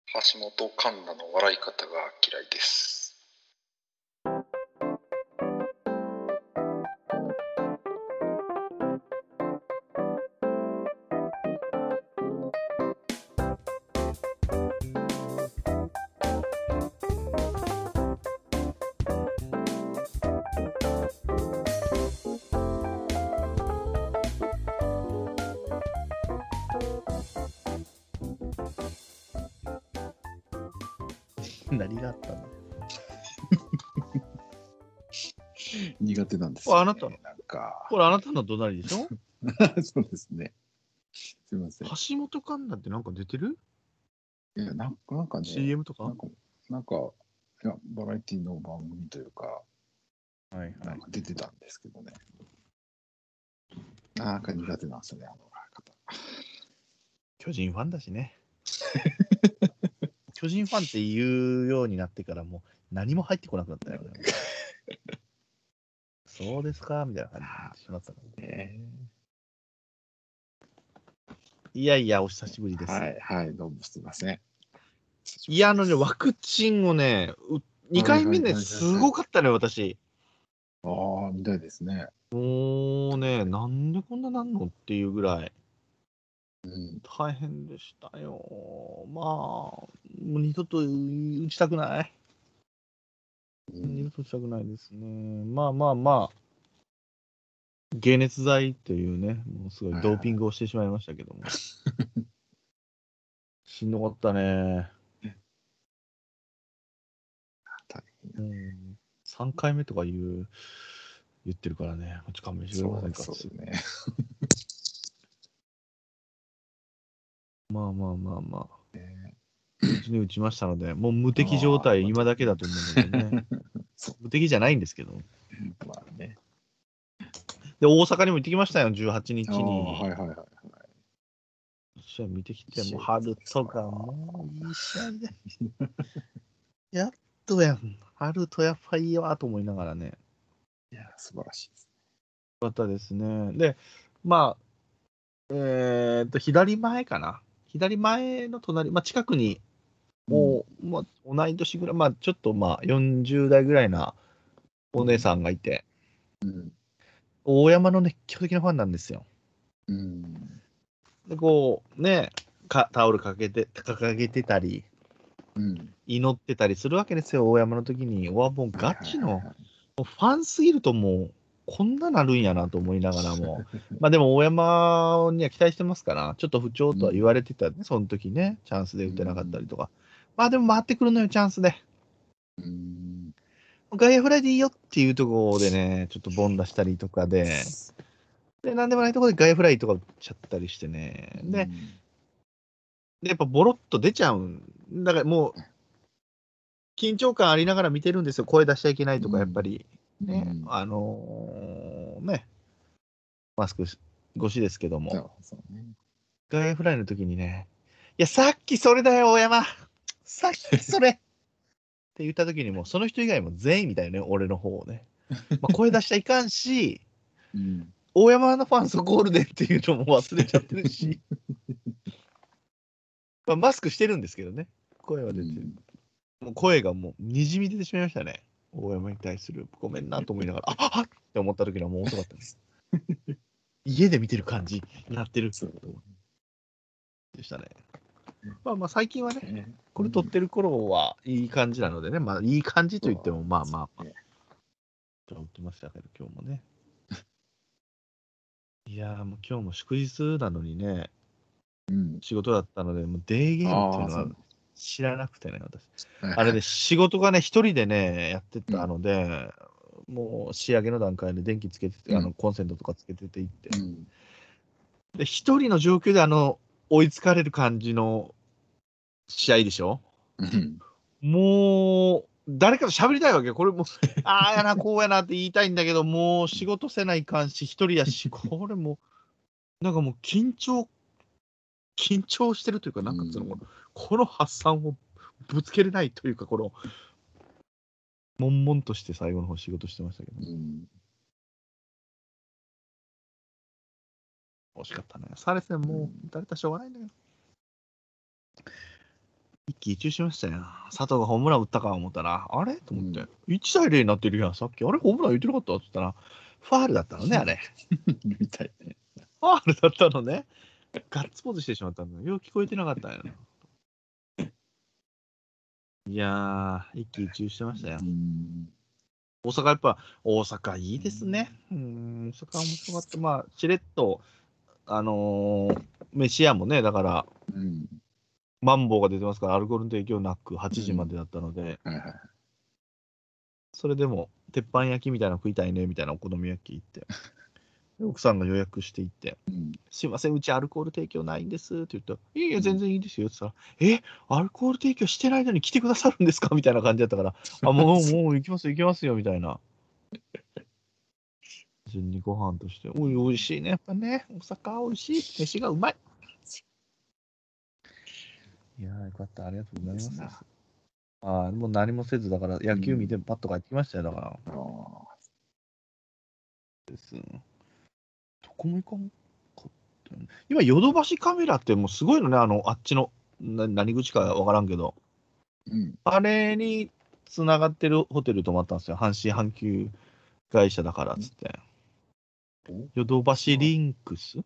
橋本環奈の笑い方が嫌いです。 何があったんだよ。 苦手なんですよ、ね。 あなたのなんか。 これあなたの隣でしょそうですね。すいません。 橋本環奈ってなんか出てる？ いや、なんかね、 CM とか？ なんか、いや、バラエティの番組というか、 はいはい。 なんか出てたんですけどね。なんか苦手なんですよね、あの方。 巨人ファンだしね。巨人ファンって言うようになってからもう何も入ってこなくなったよね。そうですかみたいな感じになってしまったからね。いやいや、お久しぶりです。 はいはい、どうもすいません。 いや、ワクチンをね、2回目ね、すごかったね、私。 ああ、みたいですね。 もうね、なんでこんななんのっていうぐらい、 うん、 大変でしたよ。まあ、もう二度と打ちたくない。二度と打ちたくないですね。まあまあまあ、解熱剤というね、もうすごいドーピングをしてしまいましたけども。しんどかったね。3回目とか言ってるからね、ちょっと勘弁してくれませんか。 そうね。 まあまあまあまあ。うちに打ちましたので、もう無敵状態、今だけだと思うのでね。無敵じゃないんですけど。 まあね。 で、大阪にも行ってきましたよ、18日に。 はいはいはい。 試合見てきて、もう春とかもういい試合で。やっとやん。春とやっぱいいわと思いながらね。 いや、素晴らしいです。 よかったですね。で、まあ、左前かな。左前の隣、まあ、近くに、もう、まあ、同い年ぐらい、まあ、ちょっとまあ、40代ぐらいなお姉さんがいて、大山の熱狂的なファンなんですよ。で、こう、ね、タオル掲げてたり、祈ってたりするわけですよ、大山の時に。もうガチの、もうファンすぎるともう、こんななるんやなと思いながらも、まあでも大山には期待してますから、ちょっと不調とは言われてたね、その時ね、チャンスで打てなかったりとか。まあでも回ってくるのよ、チャンスで。外野フライでいいよっていうところでね、ちょっとボン出したりとかで、なんでもないところで外野フライとか打っちゃったりしてね。で、やっぱボロッと出ちゃうんだからもう、緊張感ありながら見てるんですよ。声出しちゃいけないとか、やっぱり。ね、ね、マスク越しですけども。外野フライの時にね、いや、さっきそれだよ、大山。さっきそれって言った時にも、その人以外も全員みたいね、俺の方をね。まあ、声出しちゃいかんし、大山のファンそこおるでっていうのも忘れちゃってるし、まあ、マスクしてるんですけどね、声は出てる。もう声がもうにじみ出てしまいましたね。大山に対するごめんなと思いながら、あっって思った時にはもう遅かったです。家で見てる感じになってるでしたね。まあまあ最近はね、これ撮ってる頃はいい感じなのでね、まあいい感じと言ってもまあまあまあ、撮ってましたけど今日もね。いやーもう今日も祝日なのにね、仕事だったので、もうデーゲームっていうのは知らなくてね、私。あれで仕事がね、一人でね、やってたので、もう仕上げの段階で電気つけてて、コンセントとかつけてていって、で、一人の状況で追いつかれる感じの試合でしょ。もう、誰かと喋りたいわけよ。これも、ああやな、こうやなって言いたいんだけど、もう仕事せないかんし、一人やし、これも、なんかもう緊張してるというか、なんかこの発散をぶつけれないというか、悶々として最後の方仕事してましたけど、惜しかったね。サレスもう打たれたらしょうがないんだけど。 一喜一憂しましたよ。佐藤がホームラン打ったか思ったら、あれと思って、1対0になってるやん、さっき。あれ、ホームラン言ってなかったって言ったら、ファールだったのね、あれ。 みたいね。 ファールだったのね。ガッツポーズしてしまったんだよ。よく聞こえてなかったんやな。いやー、一喜一憂してましたよ。大阪やっぱ、大阪いいですね。大阪面白かった。まあ、しれっと、飯屋もね、だから、マンボウが出てますから、アルコールの提供なく8時までだったので、それでも、鉄板焼きみたいなの食いたいね、みたいなお好み焼き行って、奥さんが予約していって、すいません、うちアルコール提供ないんですって言ったら、いやいや、全然いいですよって言ったら、アルコール提供してないのに来てくださるんですかみたいな感じだったから、もう行きますよ、行きますよ、みたいな。順にご飯として、おい、美味しいね、やっぱね、大阪美味しい、飯がうまい。いやー、よかった、ありがとうございます。もう何もせず、だから野球見てパッと帰ってきましたよ、だから。です。どこも行かんかった。今、ヨドバシカメラってもうすごいのね、あっちの、何口かわからんけど、あれにつながってるホテル泊まったんですよ、阪神阪急会社だからっつって。ヨドバシリンクス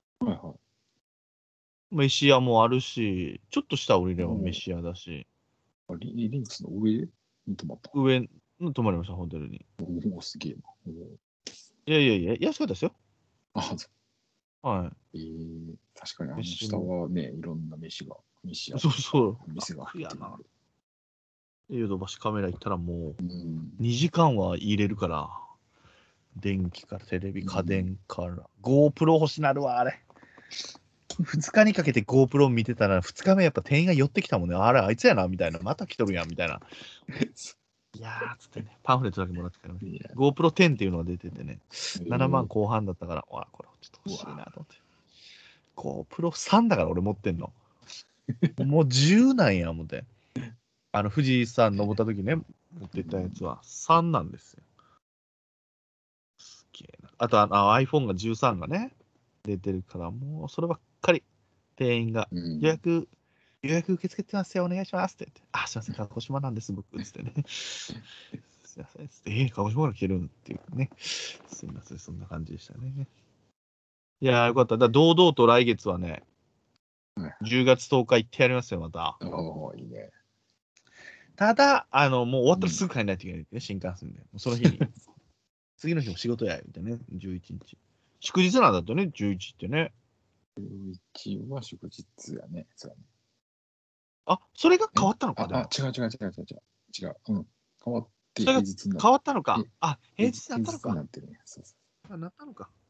飯屋もあるし、ちょっと下降りれば飯屋だし。 リンクスの上に泊まった上に泊まりました、ホテルに。 おお、すげえな。 いやいやいや、安かったですよ。 はい。確かに下はね、いろんな飯屋そうそう。 店がやな。ヨドバシカメラ行ったらもう、2時間は入れるから、電気からテレビ、家電から、GoPro 欲しなるわ、あれ。2日にかけて GoPro 見てたら、2日目やっぱ店員が寄ってきたもんね。あれ、あいつやな、みたいな。また来とるやん、みたいな。いやー、つってね、パンフレットだけもらってからね。GoPro 10っていうのが出ててね、7万後半だったから、これちょっと欲しいなと思って。GoPro 3だから俺持ってんの。もう10なんや、思って。富士山登った時ね、持ってったやつは3なんですよ。すげえな。あとiPhone が13がね、出てるから、もうそればっかり店員が予約受け付けてますよ、お願いしますって言って、すいません、鹿児島なんです、僕、つってね。すいません、つって、鹿児島から来てるんっていうね。すいません、そんな感じでしたね。いやー、よかった。堂々と来月はね、10月10日行ってやりますよ、また。 いいね。 ただ、もう終わったらすぐ帰らないといけないね、新幹線で。その日に。次の日も仕事や、みたいなね、11日。祝日なんだとね、11ってね。 11は祝日やね。そうやね。 それが変わったのか。 違う。変わって平日になる。変わったのか。平日になったのか。 なってるね。 なったのか。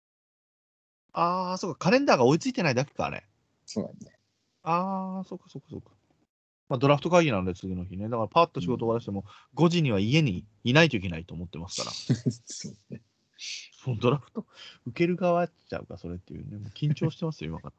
そうか、カレンダーが追いついてないだけか、あれ。 そうだね。 そうか。ドラフト会議なんで、次の日ね。だから、パッと仕事終わらせても、5時には家にいないといけないと思ってますから。 そうね。 ドラフト、受ける側やっちゃうか、それっていうね。もう緊張してますよ、今から。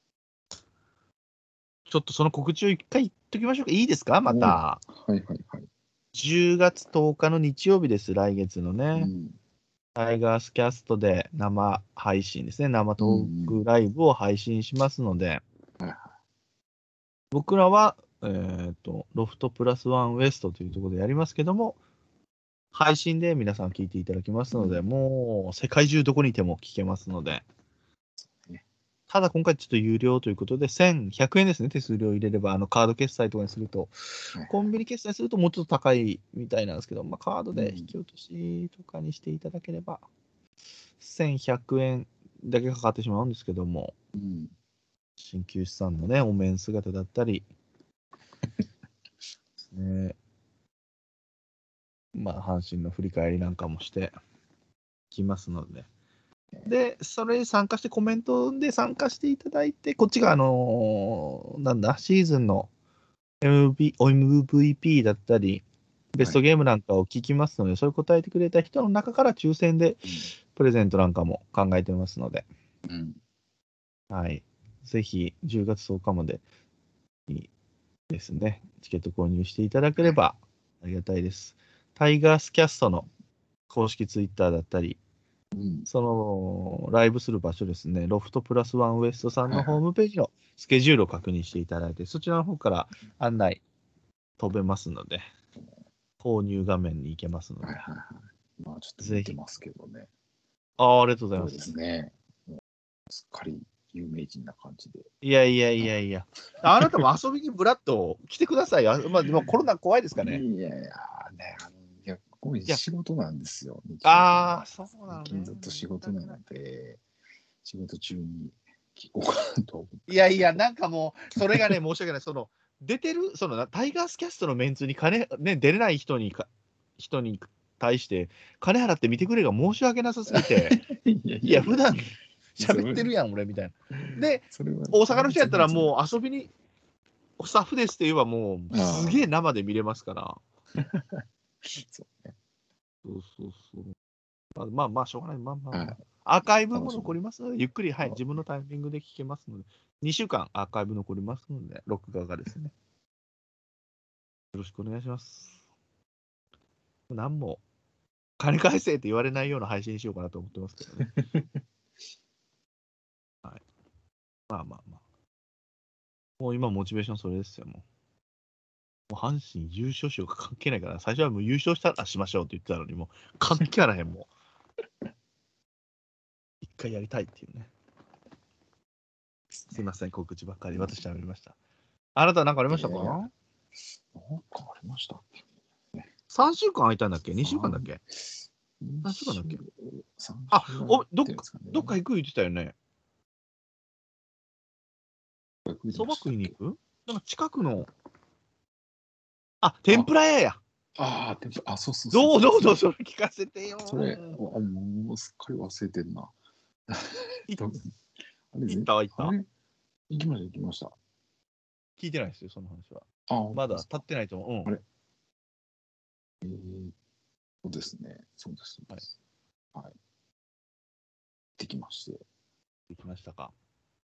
ちょっとその告知を一回言っときましょうか。いいですか、また。10月10日の日曜日です、来月のね。タイガースキャストで生配信ですね。生トークライブを配信しますので、僕らは、ロフトプラスワンウエストというところでやりますけども、配信で皆さん聞いていただきますので、もう世界中どこにいても聞けますので、ただ今回ちょっと有料ということで、1100円ですね、手数料入れれば、カード決済とかにすると、コンビニ決済するともうちょっと高いみたいなんですけど、カードで引き落としとかにしていただければ、1100円だけかかってしまうんですけども、鍼灸師さんのね、お面姿だったり、ね、阪神の振り返りなんかもしてきますので、で、それに参加して、コメントで参加していただいて、こっちが、シーズンの MVP だったり、ベストゲームなんかを聞きますので、それ答えてくれた人の中から抽選でプレゼントなんかも考えてますので、はい。ぜひ、10月10日までにですね、チケット購入していただければありがたいです。タイガースキャストの公式ツイッターだったり、 そのライブする場所ですね、ロフトプラスワンウエストさんのホームページのスケジュールを確認していただいて、そちらの方から案内飛べますので、購入画面に行けますので。 まあちょっと見てますけどね。 ありがとうございます。 そうですね。もうすっかり有名人な感じで。 いや。あなたも遊びにブラッと来てくださいよ。まあ、でもコロナ怖いですかね。 いや、こういう仕事なんですよ。 そうなのね。 ずっと仕事なので、仕事中に聞こうかなと思って。 いや、なんかもう、それがね、申し訳ない。出てる、タイガースキャストのメンツに出れない人に対して、金払って見てくれが申し訳なさすぎて、いや、普段喋ってるやん、俺、みたいな。で、大阪の人やったらもう遊びに、スタッフですって言えばもう、すげえ生で見れますから。 そうね。 そう。まあ、しょうがない。まあ。アーカイブも残りますので、ゆっくり、自分のタイミングで聞けますので、2週間アーカイブ残りますので、録画がですね。よろしくお願いします。何も、金返せって言われないような配信しようかなと思ってますけどね。はい。まあ。もう今、モチベーションそれですよ、もう阪神優勝しようか関係ないから、最初はもう優勝したらしましょうって言ってたのに、もう関係あらへん、もう。一回やりたいっていうね。すいません、告知ばっかり私喋りました。あなた何かありましたか？ なんかありましたっけ ？3週間空いたんだっけ ?2 週間だっけ ?3 週間だっけ？どっか行く言ってたよね。そば食いに行く？なんか近くの。天ぷら屋や。 天ぷら、そう。 どうそれ聞かせてよ。 それ、もうすっかり忘れてんな。 行った。 行きました。 聞いてないですよ、その話は。まだ立ってないと思う。あれそうですね。そうです。はい。できまして。 できましたか。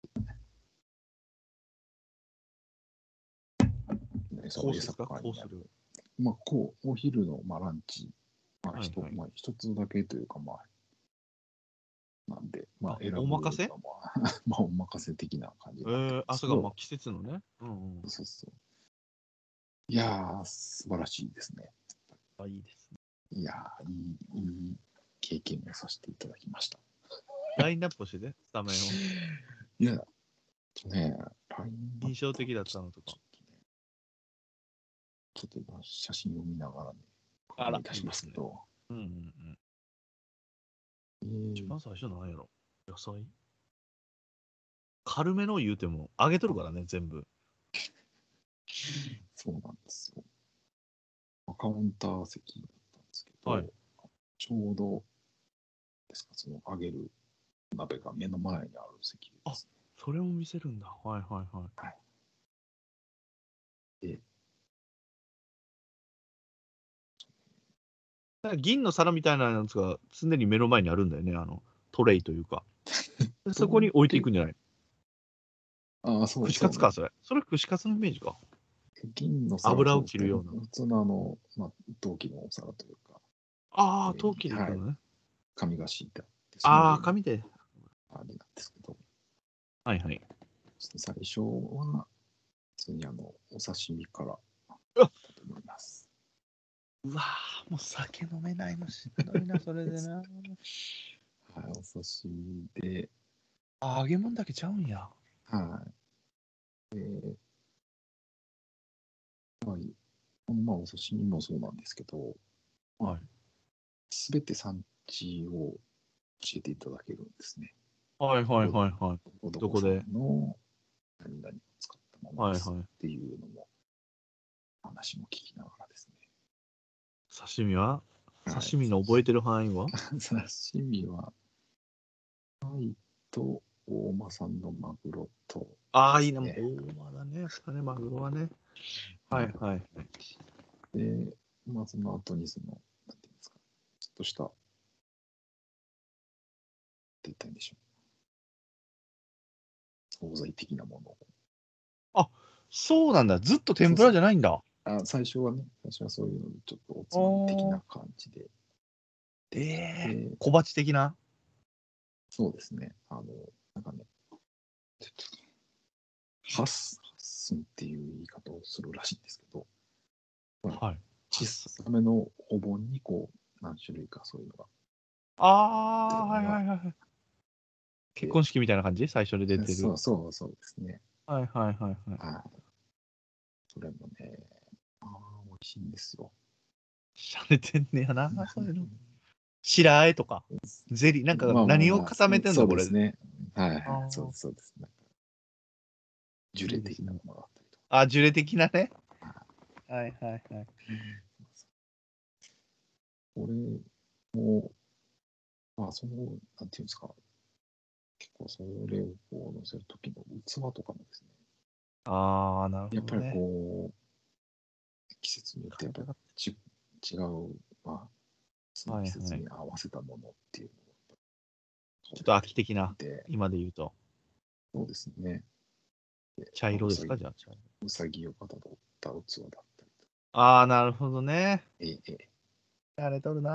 コースか、まあ、お昼のランチ、一つだけというか、なんで、選ぶ。 お任せ？ お任せ的な感じ。 そうか、季節のね。 そう。いやー、素晴らしいですね。 いいですね。 いやー、いい経験をさせていただきました。 ラインナップしてスタメンを。 いや、 印象的だったのとか。 ちょっと今、写真を見ながらね、確認いたしますけど。 一番最初何やろ？野菜？軽めの言うても、揚げとるからね、全部。 そうなんですよ。カウンター席だったんですけど、ちょうどですか、その揚げる鍋が目の前にある席です、ね。 それを見せるんだ。はい。銀の皿みたいなやつが常に目の前にあるんだよね、トレイというか。そこに置いていくんじゃない？ そう。 串カツか、それ。それ串カツのイメージか。 銀の皿、 油を切るような。 普通の陶器のお皿というか。 陶器でいくのね。 紙が敷いてあって。紙で。 あれなんですけど。 はい。 最初は、普通にお刺身からだと思います。 うわー、もう酒飲めないのしんどいな、それでな。 お刺身で。 揚げ物だけちゃうんや。 お刺身もそうなんですけど、すべて産地を教えていただけるんですね。 はい。 どこでの何々を使ったものですっていうのも、話も聞きながらですね。 刺身は？刺身の覚えてる範囲は？ 刺身は、鯛と大間産のマグロと。 いいな、大間だね、やっぱね、マグロはね。はい。 で、その後になんていうんですか、ちょっとした、って言ったんでしょう。惣菜的なものを。 そうなんだ。ずっと天ぷらじゃないんだ。 最初はそういうので、ちょっとおつまみ的な感じで。 小鉢的な？ そうですね。なんかね、ハッスンっていう言い方をするらしいんですけど、 はい。 小さめのお盆にこう、何種類かそういうのが。 ああ、はいはいはい。結婚式みたいな感じ最初に出てる。 そうですね。 はいはいはいはい。 それもね、美味しいんですよ。 しゃれてんねやな、そういうの。白あえとか、ゼリー、なんか何を固めてんの、これ。 そうですね。はいはい、そうです。ジュレ的なものがあったりとか。 ジュレ的なね。はいはいはい。 これも、なんていうんですか、結構それをこう乗せるときの器とかもですね、 なるほどね。 やっぱりこう、季節によってやっぱ違う、その季節に合わせたものっていうのを、 ちょっと秋的な、今で言うと。 そうですね。 茶色ですか、じゃあ。 うさぎをかたどった器だったりと。なるほどね。あれとるな。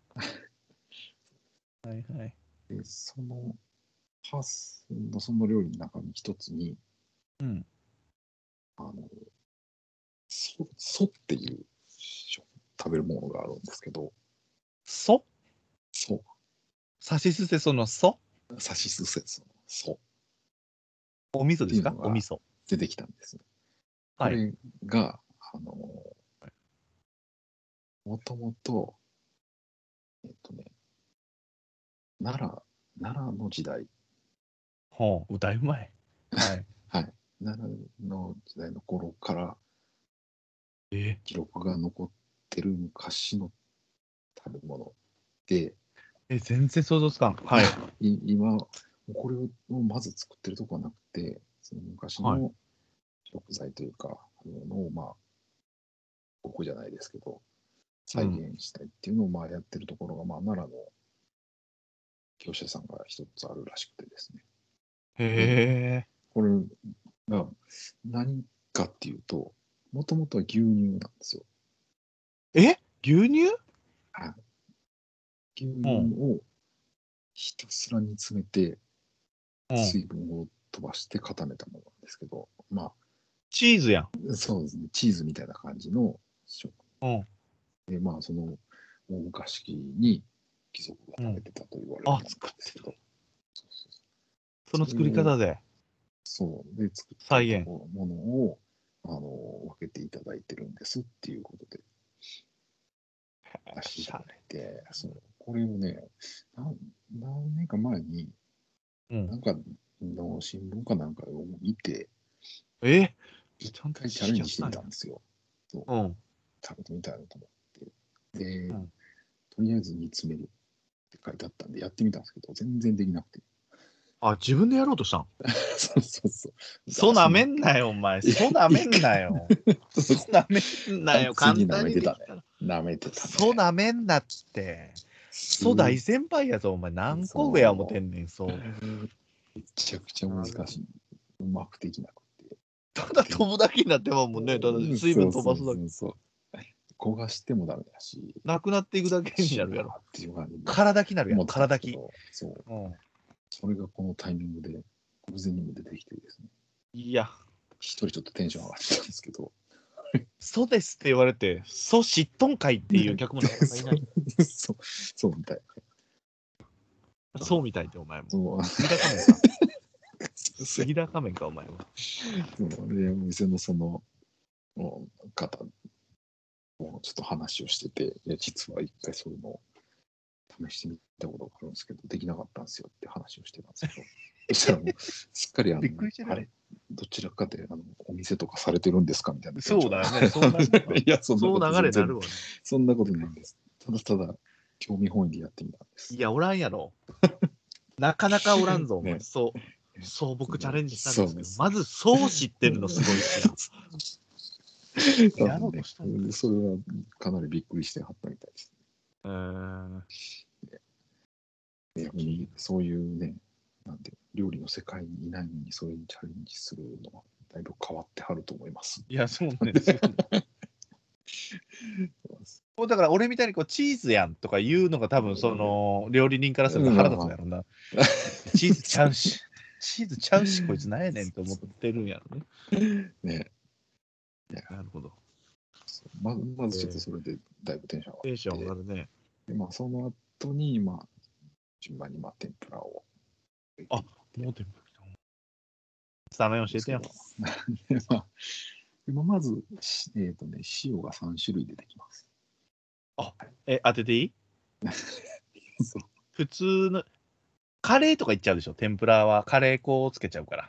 はいはい。 で、そのハスのその料理の中に一つに、ソっていう食べるものがあるんですけど。 ソ？ ソ。 さしすせそのソ？ さしすせそのソ。 お味噌ですか？お味噌。 出てきたんです。 これが、もともと、奈良の時代。 歌うまい。はい。 はい。奈良の時代の頃から、記録が残ってる昔の食べ物で、 全然想像つかん。はい。 今、これをまず作ってるとこはなくて、その昔の食材というか、僕じゃないですけど、再現したいっていうのをやってるところが、奈良の業者さんが一つあるらしくてですね。 へえ。 これが何かっていうと、もともとは牛乳なんですよ。 牛乳？ はい。牛乳をひたすら煮詰めて、水分を飛ばして固めたものなんですけど、 チーズやん。そうですね、チーズみたいな感じの食感。で、その大昔に貴族が食べてたと言われるものなんですけど、 その作り方で。 そうで作ったものを分けていただいてるんですっていうことで出していただいて、これをね、何年か前に、なんかの新聞かなんかを見て、一回チャレンジしてみたんですよ。食べてみたいなと思って。で、とりあえず煮詰めるって書いてあったんで、やってみたんですけど、全然できなくて。 自分でやろうとしたん？ そうなめんなよ、お前。なめんなよ。なめんなよ。簡単にできたら。 なめてたね。なめんなって。大先輩やぞ、お前。何個上や思てんねん、 めちゃくちゃ難しい。うまくできなくて。 ただ飛ぶだけになってもんね。ただ水分飛ばすだけ。 焦がしてもダメだし。 なくなっていくだけになるやろ。 体になるやん、体き。 そう。それがこのタイミングで偶然にも出てきてですね。 いや。 一人ちょっとテンション上がってたんですけど。 そうですって言われて、知っとんかいっていう客もなかなかいない。 そうみたい。 そうみたいってお前も。 杉田仮面か。杉田仮面か、お前は。 お店のその方もちょっと話をしてて、いや、実は一回そういうのを試してみたことがあるんですけど、できなかったんですよって話をしてたんですけど、そしたらもう、すっかりあれ、どちらかでお店とかされてるんですかみたいな。 そうだよね。 いや、そんなこと流れなるわね。 そんなことないんです。ただただ、興味本位でやってみたんです。 いや、おらんやろ。なかなかおらんぞ、お前。僕チャレンジしたんですけど、まず知ってるのすごいしな。やろうとしたんだ。 それはかなりびっくりしてはったみたいです。そういうね、なんて料理の世界にいないのにそれにチャレンジするのはだいぶ変わってはると思います。 いや、そうですよ。 だから俺みたいにこうチーズやんとか言うのが多分その料理人からすると腹立つやろな。チーズちゃうし、こいつなんやねんと思ってるんやろね。 ね。 なるほど。 まずちょっとそれでだいぶテンション上がって。 テンション上がるね。 でその後に、順番に天ぷらを。 あ、もう天ぷら来た。スタメン教えてよ。 まず、塩が3種類出てきます。 当てていい普通の、カレーとかいっちゃうでしょ。天ぷらはカレー粉をつけちゃうから。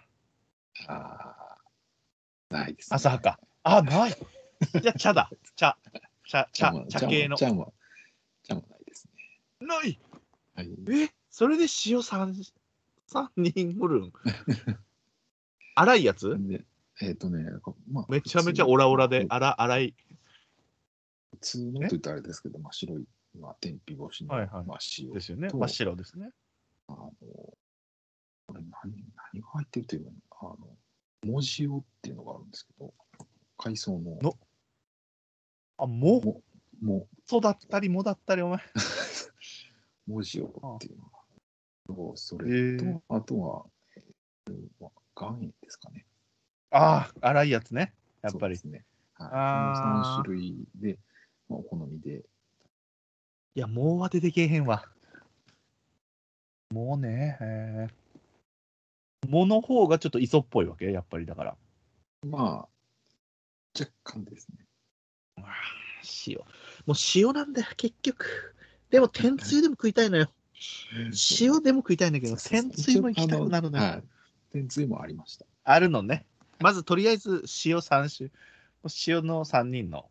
ないです、 浅はか。ない。じゃあ茶だ。茶系の。 茶もないですね。ない。それで塩3人おるん粗いやつめちゃめちゃオラオラで、粗い。 普通のと言ったらあれですけど、白い、天日干しの塩ですよね。真っ白ですね。 これ何が入ってるというの藻塩っていうのがあるんですけど、海藻の。 藻だったり、藻だったり、お前。 藻塩っていうのが。それと、あとは、岩塩ですかね。 粗いやつね。やっぱり。 ですね。この3種類で、お好みで。 いや、藻は出てけえへんわ。藻ね。藻の方がちょっと磯っぽいわけやっぱりだから。 若干ですね。 塩。もう塩なんだよ、結局。でも、天つゆでも食いたいのよ。塩でも食いたいんだけど、天つゆも行きたくなるのよ。 天つゆもありました。 あるのね。まず、とりあえず、塩3種。塩の3人の。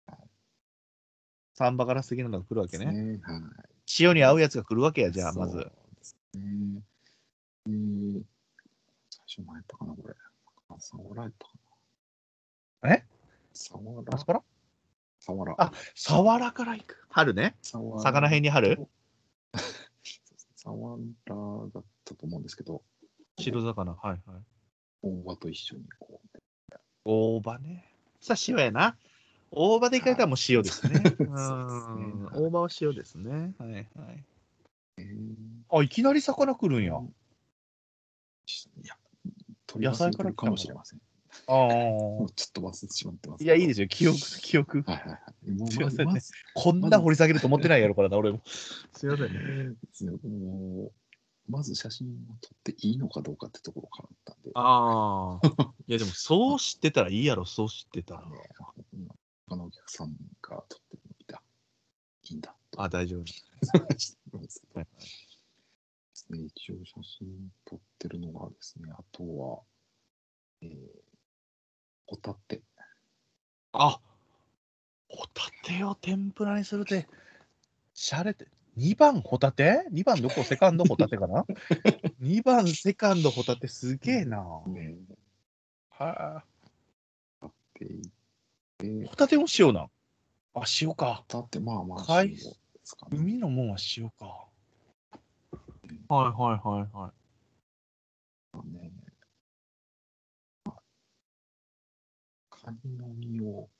サンバから次のが来るわけね。塩に合うやつが来るわけや、じゃあ、まず。 最初何やったかな、これ。サワラやったかな。 サワラアスパラサワラ。 サワラからいく。春ね。魚辺に春サワラだったと思うんですけど。 白魚、はいはい。 大葉と一緒に大葉ね。さあ、塩やな。大葉でいかれたらもう塩ですね。大葉は塩ですね。はいはい。いきなり魚来るんや。 野菜からかもしれません。ちょっと忘れてしまってます。 いや、いいですよ。記憶。すいませんね。こんな掘り下げると思ってないやろからな、俺も。すいませんね。 まず写真を撮っていいのかどうかってところからだったんで。 いや、でも、そう知ってたらいいやろ、そう知ってたら。 他のお客さんが撮ってるの見た。いいんだ。 大丈夫。 一応写真撮ってるのがですね、あとは、ホタテ。 ホタテを天ぷらにするって、しゃれて。2番ホタテ ?2 番どこセカンドホタテかな ?2 番セカンドホタテすげえな。ホタテも塩なん。塩か。 ホタテ、塩ですかね。 海のもんは塩か。はい。 カニの身を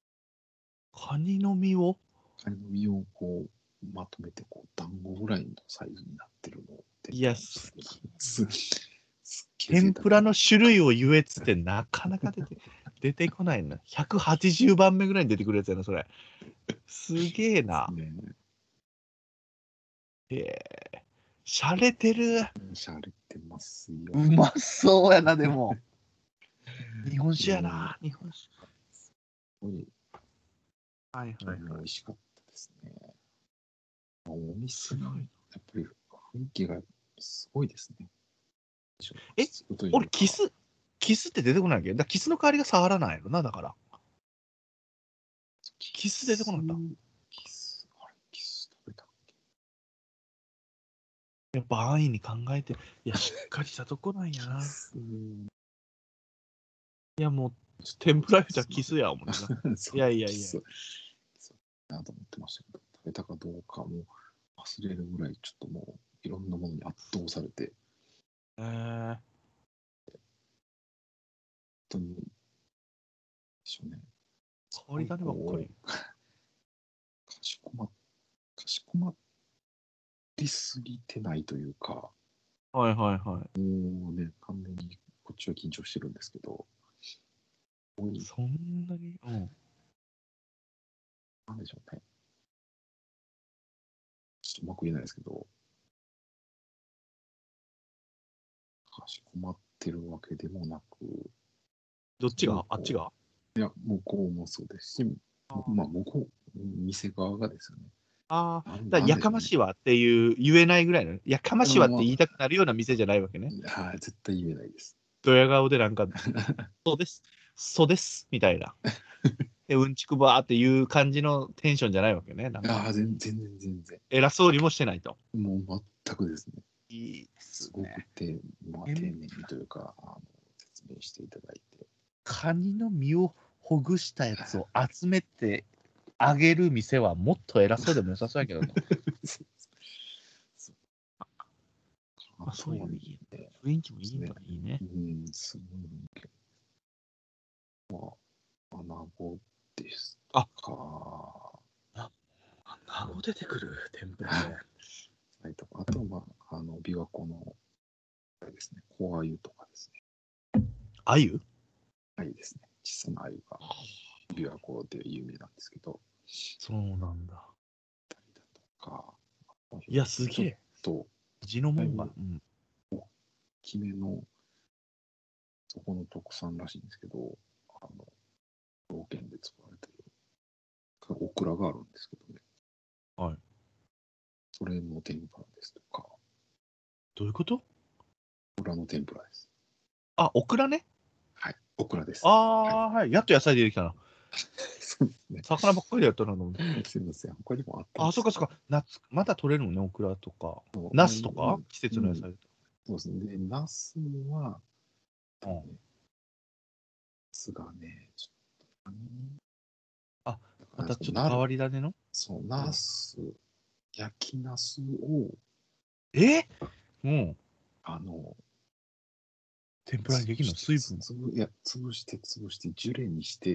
こうまとめて団子ぐらいのサイズになってるのを。 いや、天ぷらの種類を言えっつってなかなか出てこないな。180番目ぐらいに出てくるやつやな、それ。すげえな。しゃれてる。 しゃれてますよ。 うまそうやな、でも。日本酒やな、日本酒。 美味しかったですね。お店のやっぱり雰囲気がすごいですね。 俺、キスって出てこないけど、キスの代わりが触らないのな、だから。キス出てこなかった。 キス食べたっけ。 やっぱ安易に考えて、いや、しっかりしたとこなんやな。いや、もう、天ぷらじゃキスや思うな。いや。 なと思ってましたけど、食べたかどうかも忘れるぐらい、ちょっともういろんなものに圧倒されて。本当に、でしょうね。 変わり種ばっかり。 困りすぎてないというか、 はいはいはい。 もうね、完全にこっちは緊張してるんですけど、 そんなになんでしょうね。ちょっとうまく言えないですけど、困ってるわけでもなく、 どっちがあっちがいや、向こうもそうですし、まあ、向こう、店側がですよね。 ああ、だやかましいわっていう言えないぐらいの、やかましいわって言いたくなるような店じゃないわけね。 はい、絶対言えないです。 ドヤ顔でなんか、そうです、みたいな。で、うんちくばーっていう感じのテンションじゃないわけね。なんか全然。 偉そうにもしてないと。 もう全くですね。 いいですすごくね。 丁寧にというか、説明していただいて。 カニの身をほぐしたやつを集めてあげる店はもっと偉そうでも良さそうやけどね。そういう雰囲気もいいのいいね。 すごい雰囲気。アナゴですか。 アナゴ出てくる、天ぷらで。 あとは、琵琶湖の、あれですね、小鮎とかですね。 鮎鮎ですね。小さな鮎が琵琶湖で有名なんですけど。 そうなんだ。 とか、 いや、すげえ。地のもんが。 大きめの、そこの特産らしいんですけど、条件で作られてる、オクラがあるんですけどね。 はい。 それの天ぷらですとか。 どういうこと？ オクラの天ぷらです。 あ、オクラね。 はい、オクラです。 はい。やっと野菜出てきたな。 そうですね。 魚ばっかりやったなと思って。 すみません。他にもあったんです。 そっかそっか。夏、まだ取れるのね、オクラとか。ナスとか季節の野菜。 そうですね。で、ナスは、ナスがね、ちょっと、 またちょっと変わり種のそう、ナス、焼きナスを、 天ぷらにできるの水分潰してジュレにして、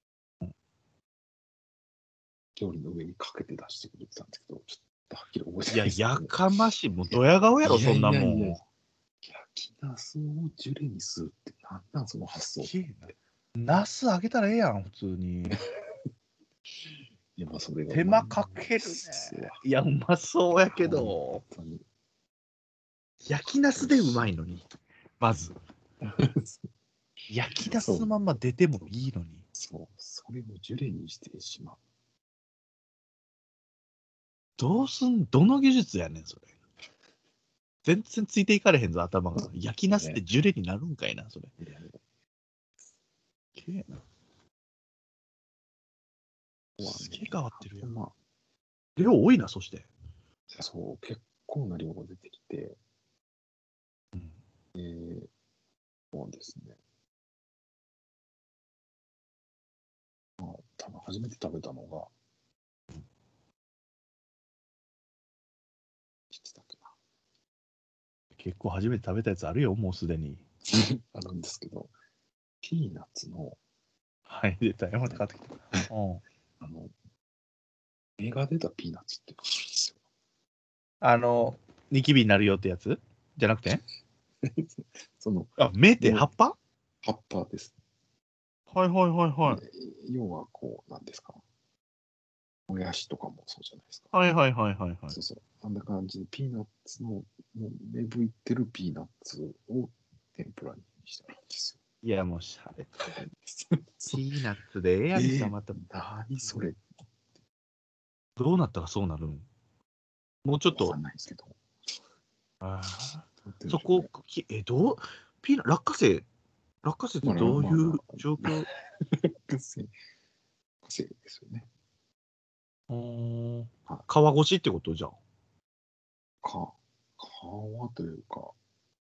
料理の上にかけて出してくれてたんですけど、ちょっとはっきり覚えてないです。 いや、やかましい。もうドヤ顔やろ、そんなもん。 焼きナスをジュレにするってなんなんその発想。 ナスあげたらええやん、普通に。 いや、まあそれが手間かけるね。いや、うまそうやけど。焼きナスでうまいのに、まず。焼きナスのまんま出てもいいのに。 そう、それをジュレにしてしまう。 どの技術やねん、それ。全然ついていかれへんぞ、頭が。焼きナスってジュレになるんかいな、それ。すげえな。すげえ変わってるよ。量多いな、そして。 そう、結構な量が出てきて、そうですね。多分初めて食べたのが、 結構初めて食べたやつあるよ、もうすでに。 あるんですけど、ピーナッツの、 はい、出たよ、また買ってきた。 芽が出たピーナッツってことですよ。ニキビになるよってやつじゃなくて芽って葉っぱ葉っぱです。 はい。 要はなんですか。もやしとかもそうじゃないですか。 はい。 そう。あんな感じで、ピーナッツの、芽吹いてるピーナッツを天ぷらにしてあるんですよ。 いや、もうしゃれてる。ピーナッツでええやんか、また。 何それ。 どうなったらそうなるん？もうちょっと。 わかんないですけど。 そこ、ピーナッツ、落花生ってどういう状況？ 落花生ですよね。 皮越しってことじゃん。 皮というか、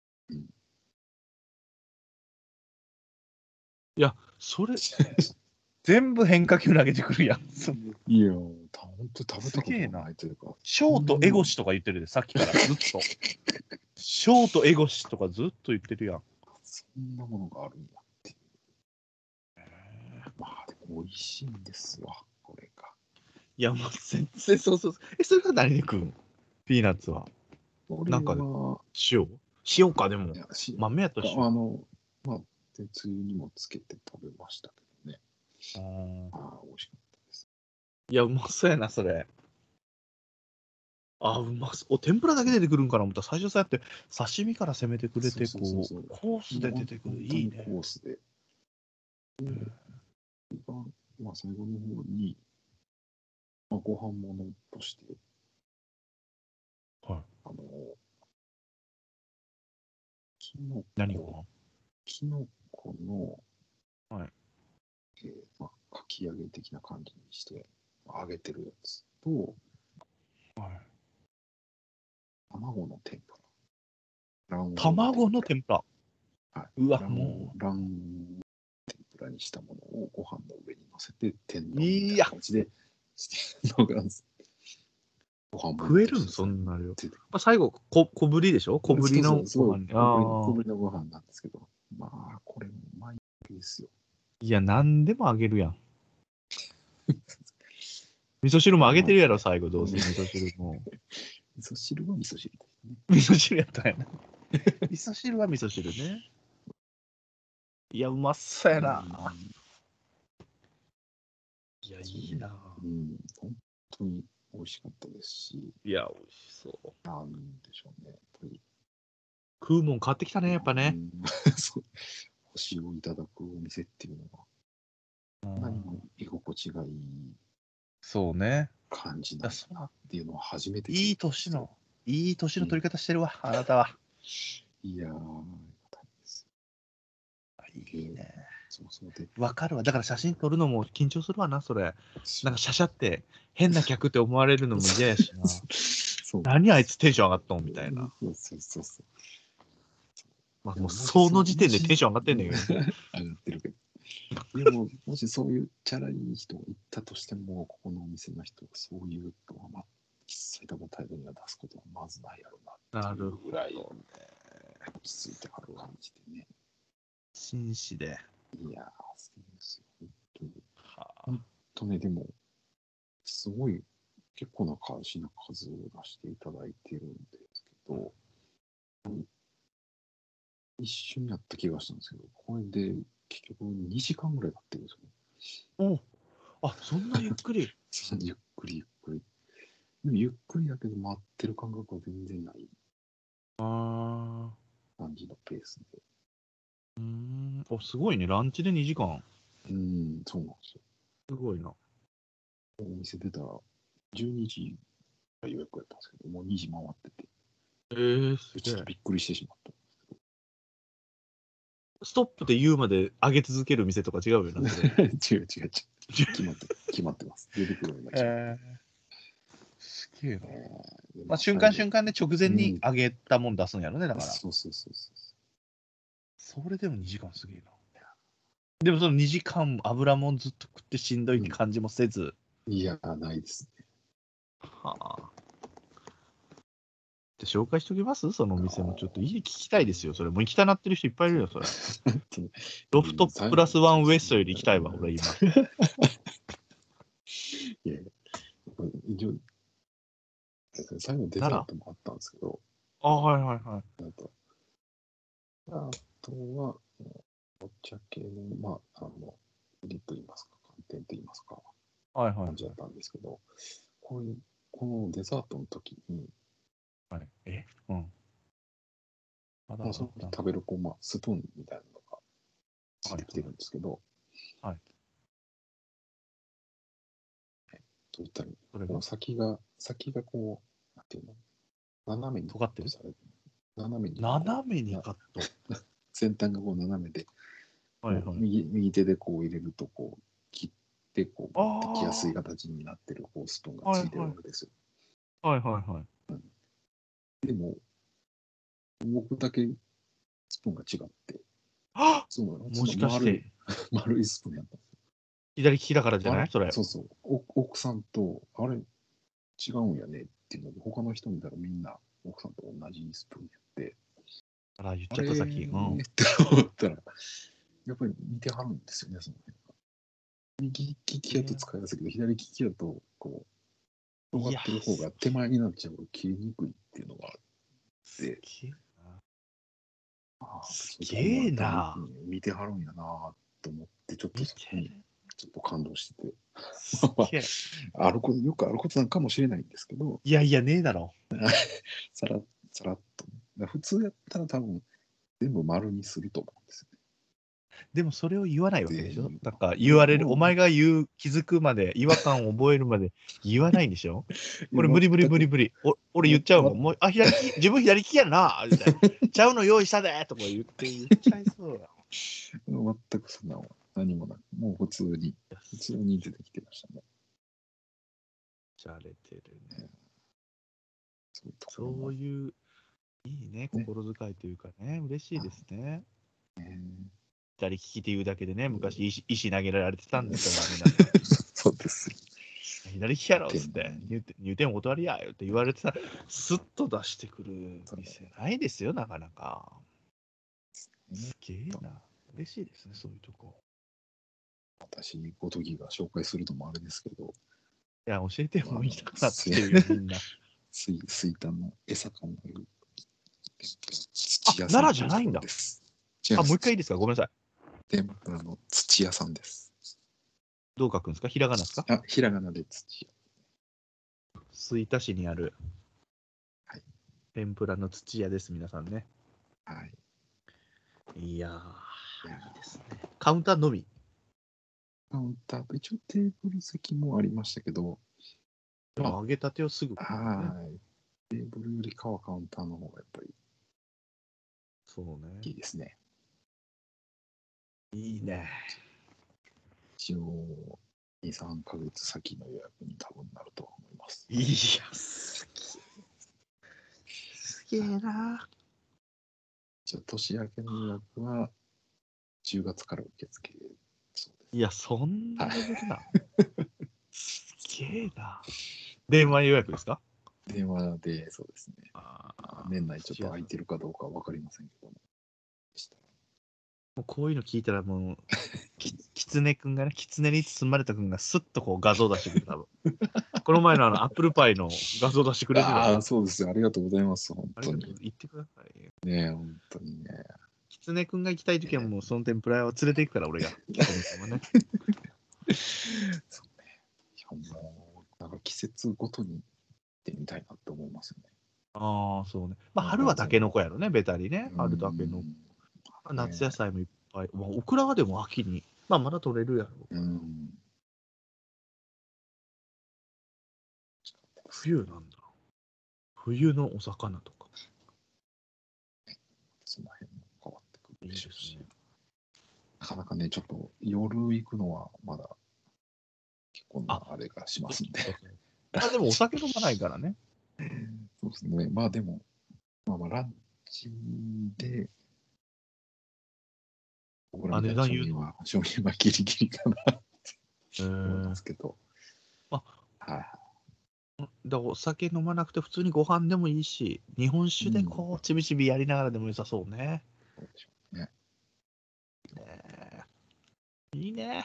いや、それ、全部変化球投げてくるやん。 いや、本当食べたことないというか。 ショートエゴシとか言ってるで、さっきからずっと。ショートエゴシとかずっと言ってるやん。 そんなものがあるんだっていう。まあ、でも美味しいんですわ、これが。 いや、もう全然そう。それが何で食うの？ピーナッツは。なんか塩か、でも。豆やったし。 まあ、で、つゆにもつけて食べましたけどね。美味しかったです。 いや、うまそうやな、それ。うまそう。天ぷらだけ出てくるんかな思ったら、最初そうやって刺身から攻めてくれて、コースで出てくる。いいね。 コースで。まあ、最後の方に、まあ、ご飯物として、 何がキノコの、 はい。 まあ、かき揚げ的な感じにして揚げてるやつと、 はい、 卵の天ぷら。卵の天ぷら。 はい、 うわ、もう。 卵黄天ぷらにしたものをご飯の上に乗せて、天丼みたいな感じでしてるのが食えるんそんな量。まあ、最後、小ぶりでしょ？小ぶりのご飯。 小ぶりのご飯なんですけど、まあ、これもうまいですよ。 いや、何でもあげるやん。味噌汁もあげてるやろ、最後、どうせ味噌汁も。 味噌汁は味噌汁ですね。 味噌汁やったんやな。味噌汁は味噌汁ね。いや、うまそうやな。いや、いいな。 本当に美味しかったですし。 いや、美味しそう。 なんでしょうね。 食うもん変わってきたね、やっぱね。 星をいただくお店っていうのが、何も居心地がいい。 そうね。 感じなんだなっていうのを初めていい年の取り方してるわ、あなたは。 いやー、ですいいね。 そうで。 わかるわ。だから写真撮るのも緊張するわな、それ。なんかシャシャって変な客って思われるのも嫌やしな。何あいつテンション上がったのみたいな。 そう。 まあもうその時点でテンション上がってんねんけど。 上がってるけど。でも、もしそういうチャラい人がいたとしても、ここのお店の人がそういうとは、まあ、一切の態度には出すことはまずないやろうなっていうぐらい、落ち着いてはる感じでね。 紳士で。 いやー、そうですよ。本当ね、でも、すごい、結構な数を出していただいてるんですけど、一瞬やった気がしたんですけど、これで結局2時間ぐらい経ってるんですよね。そんなゆっくり。 ゆっくり。でもゆっくりだけど待ってる感覚は全然ない感じのペースで。 すごいね。ランチで2時間。 そうなんですよ。 すごいな。 お店出たら12時が予約やったんですけど、もう2時回ってて。ちょっとびっくりしてしまった。 ストップで言うまで上げ続ける店とか違うよな。 違う。決まってます。出てくるようになっちゃう。 すげえな。まあ、瞬間で直前に上げたもん出すんやろね、だから。 そう。それでも2時間すげえな。でもその2時間油もんずっと食ってしんどいって感じもせず。 いや、ないですね。 で紹介しときます？そのお店もちょっと聞きたいですよ。それもう行きたなってる人いっぱいいるよ、それ。ロフトプラスワンウエストより行きたいわ、俺今。 いや、一応、最後デザートもあったんですけど。 はい。 あとは、お茶系の、まあ、売りと言いますか、寒天と言いますか、感じだったんですけど、このデザートの時に、その食べるスプーンみたいなのがついてきてるんですけど、どういったら、先がこう、なんていうの、斜めに尖ってる？ 斜めにカット。先端がこう斜めで、右手でこう入れるとこう切ってこう持ってきやすい形になってるこうスプーンがついてるわけですよ。でも僕だけスプーンが違って、 もしかして丸いスプーンやったんですよ。 左利きだからじゃない？それ。 そう。奥さんとあれ違うんやねっていうので、他の人見たらみんな奥さんと同じスプーンやって。 言っちゃった先。 って思ったら、やっぱり似てはるんですよね、その辺が。右利きだと使いやすいけど、左利きだと、こ広がってる方が手前になっちゃうと切りにくいっていうのがあって、 すげえな。 見てはるんやなと思って、ちょっとそこにちょっと感動してて。よくあることなんかもしれないんですけど。 いやいや、ねえだろ。 さらっと。普通やったら多分全部丸にすると思うんですよね。でもそれを言わないわけでしょ。なんか言われる、お前が気づくまで、違和感を覚えるまで言わないんでしょ。これ無理。俺言っちゃうもん。もう自分左利きやなみたいな。ちゃうの用意したでとか言っちゃいそうだ。 全くそんな何もなく、もう普通に出てきてましたね。 しゃれてるね。そういう、いいね、心遣いというかね、嬉しいですね。左利きっていうだけでね、昔石投げられてたんですから、みんな。 そうです。 左利きやろっつって、入店お断りやよって言われてたら、スッと出してくる店ないですよ、なかなか。すげえな。嬉しいですね、そういうとこ。 私、ごときが紹介するのもあれですけど。いや、教えてもいいかなっていうよ、みんな。 吹田の江坂の土屋さん。奈良じゃないんだ。もう一回いいですか、ごめんなさい。 天ぷらの土屋さんです。 どう書くんですか、ひらがなですか。 ひらがなで土屋。吹田市にある、はい、天ぷらの土屋です、皆さんね。 はい。 いやー、いいですね。カウンターのみ。 カウンターと一応テーブル席もありましたけど、 揚げたてをすぐ、 はい。テーブルよりかはカウンターの方がやっぱり、 そうね。 いいですね。 いいね。 一応、2、3ヶ月先の予約に多分なると思います。 いや、すげえな。 年明けの予約は10月から受付そうです。 いや、そんなレベルな。すげえな。電話予約ですか？ 電話で、そうですね。年内ちょっと空いてるかどうかは分かりませんけども。 もうこういうの聞いたらもう、キツネくんがね、キツネに包まれたくんがスッとこう画像出してくる、多分。この前のアップルパイの画像出してくれてる。 ああ、そうですよ。ありがとうございます。本当に。 言ってくださいよ。 ねえ、本当にね。 キツネくんが行きたいときはもうその天ぷらを連れて行くから、俺が。そうね。 もう、なんか季節ごとに行ってみたいなって思いますよね。 ああ、そうね。まあ、春はタケノコやろね、ベタにね。春タケノコ。夏野菜もいっぱい。まあ、オクラはでも秋に。まあ、まだ取れるやろ。冬なんだ。冬のお魚とか。 その辺も変わってくるでしょうし。なかなかね、ちょっと夜行くのはまだ結構なあれがしますんで。 あ、でもお酒飲まないからね。 そうですね。まあでも、ランチで、僕らみたいな庶民はギリギリかなって思いますけど。 はい。だからお酒飲まなくて普通にご飯でもいいし、日本酒でこう、ちびちびやりながらでも良さそうね。 そうでしょうね。 いいね。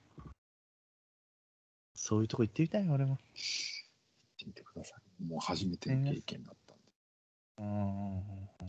そういうとこ行ってみたいよ、俺も。 行ってみてください。もう初めての経験だったんで。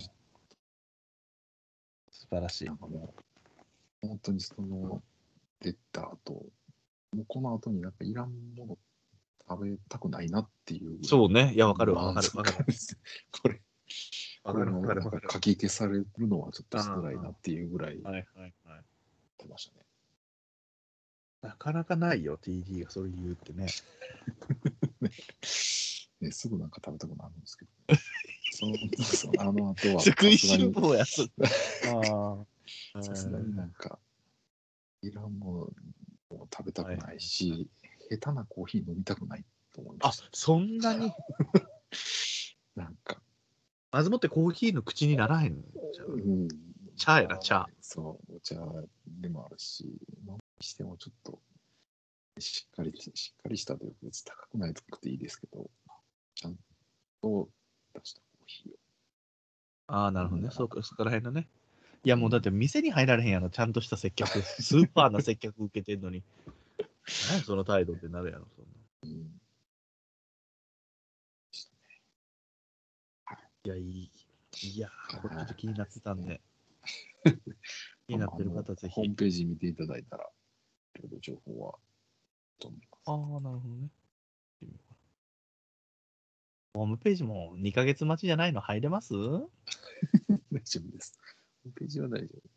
素晴らしい。 なんかもう、本当にその、出た後、もうこの後になんかいらんもの食べたくないなっていう。 そうね。いや、わかるわかる。 これ、なんか書き消されるのはちょっと少ないなっていうぐらい、出ましたね。 なかなかないよ、TD がそれ言うってね。 ね、すぐなんか食べたくなるんですけど、あの後は。 食いしん坊や。 さすがになんか、いらんものを食べたくないし、下手なコーヒー飲みたくないと思いました。 そんなになんか。 まずもってコーヒーの口にならへん。茶やな、茶。 そう、お茶でもあるし、飲みしてもちょっと、しっかりしたというか、高くないくていいですけど、ちゃんと出したコーヒーを。 ああ、なるほどね。そこら辺のね。いや、もうだって店に入られへんやろ、ちゃんとした接客。スーパーな接客受けてんのに。何やその態度ってなるやろ、そんな。 いや、これちょっと気になってたんで。気になってる方、ぜひ。 ホームページ見ていただいたら、いろいろ情報はと思います。 ああ、なるほどね。ホームページも2ヶ月待ちじゃないの入れます？ 大丈夫です。ホームページは大丈夫です。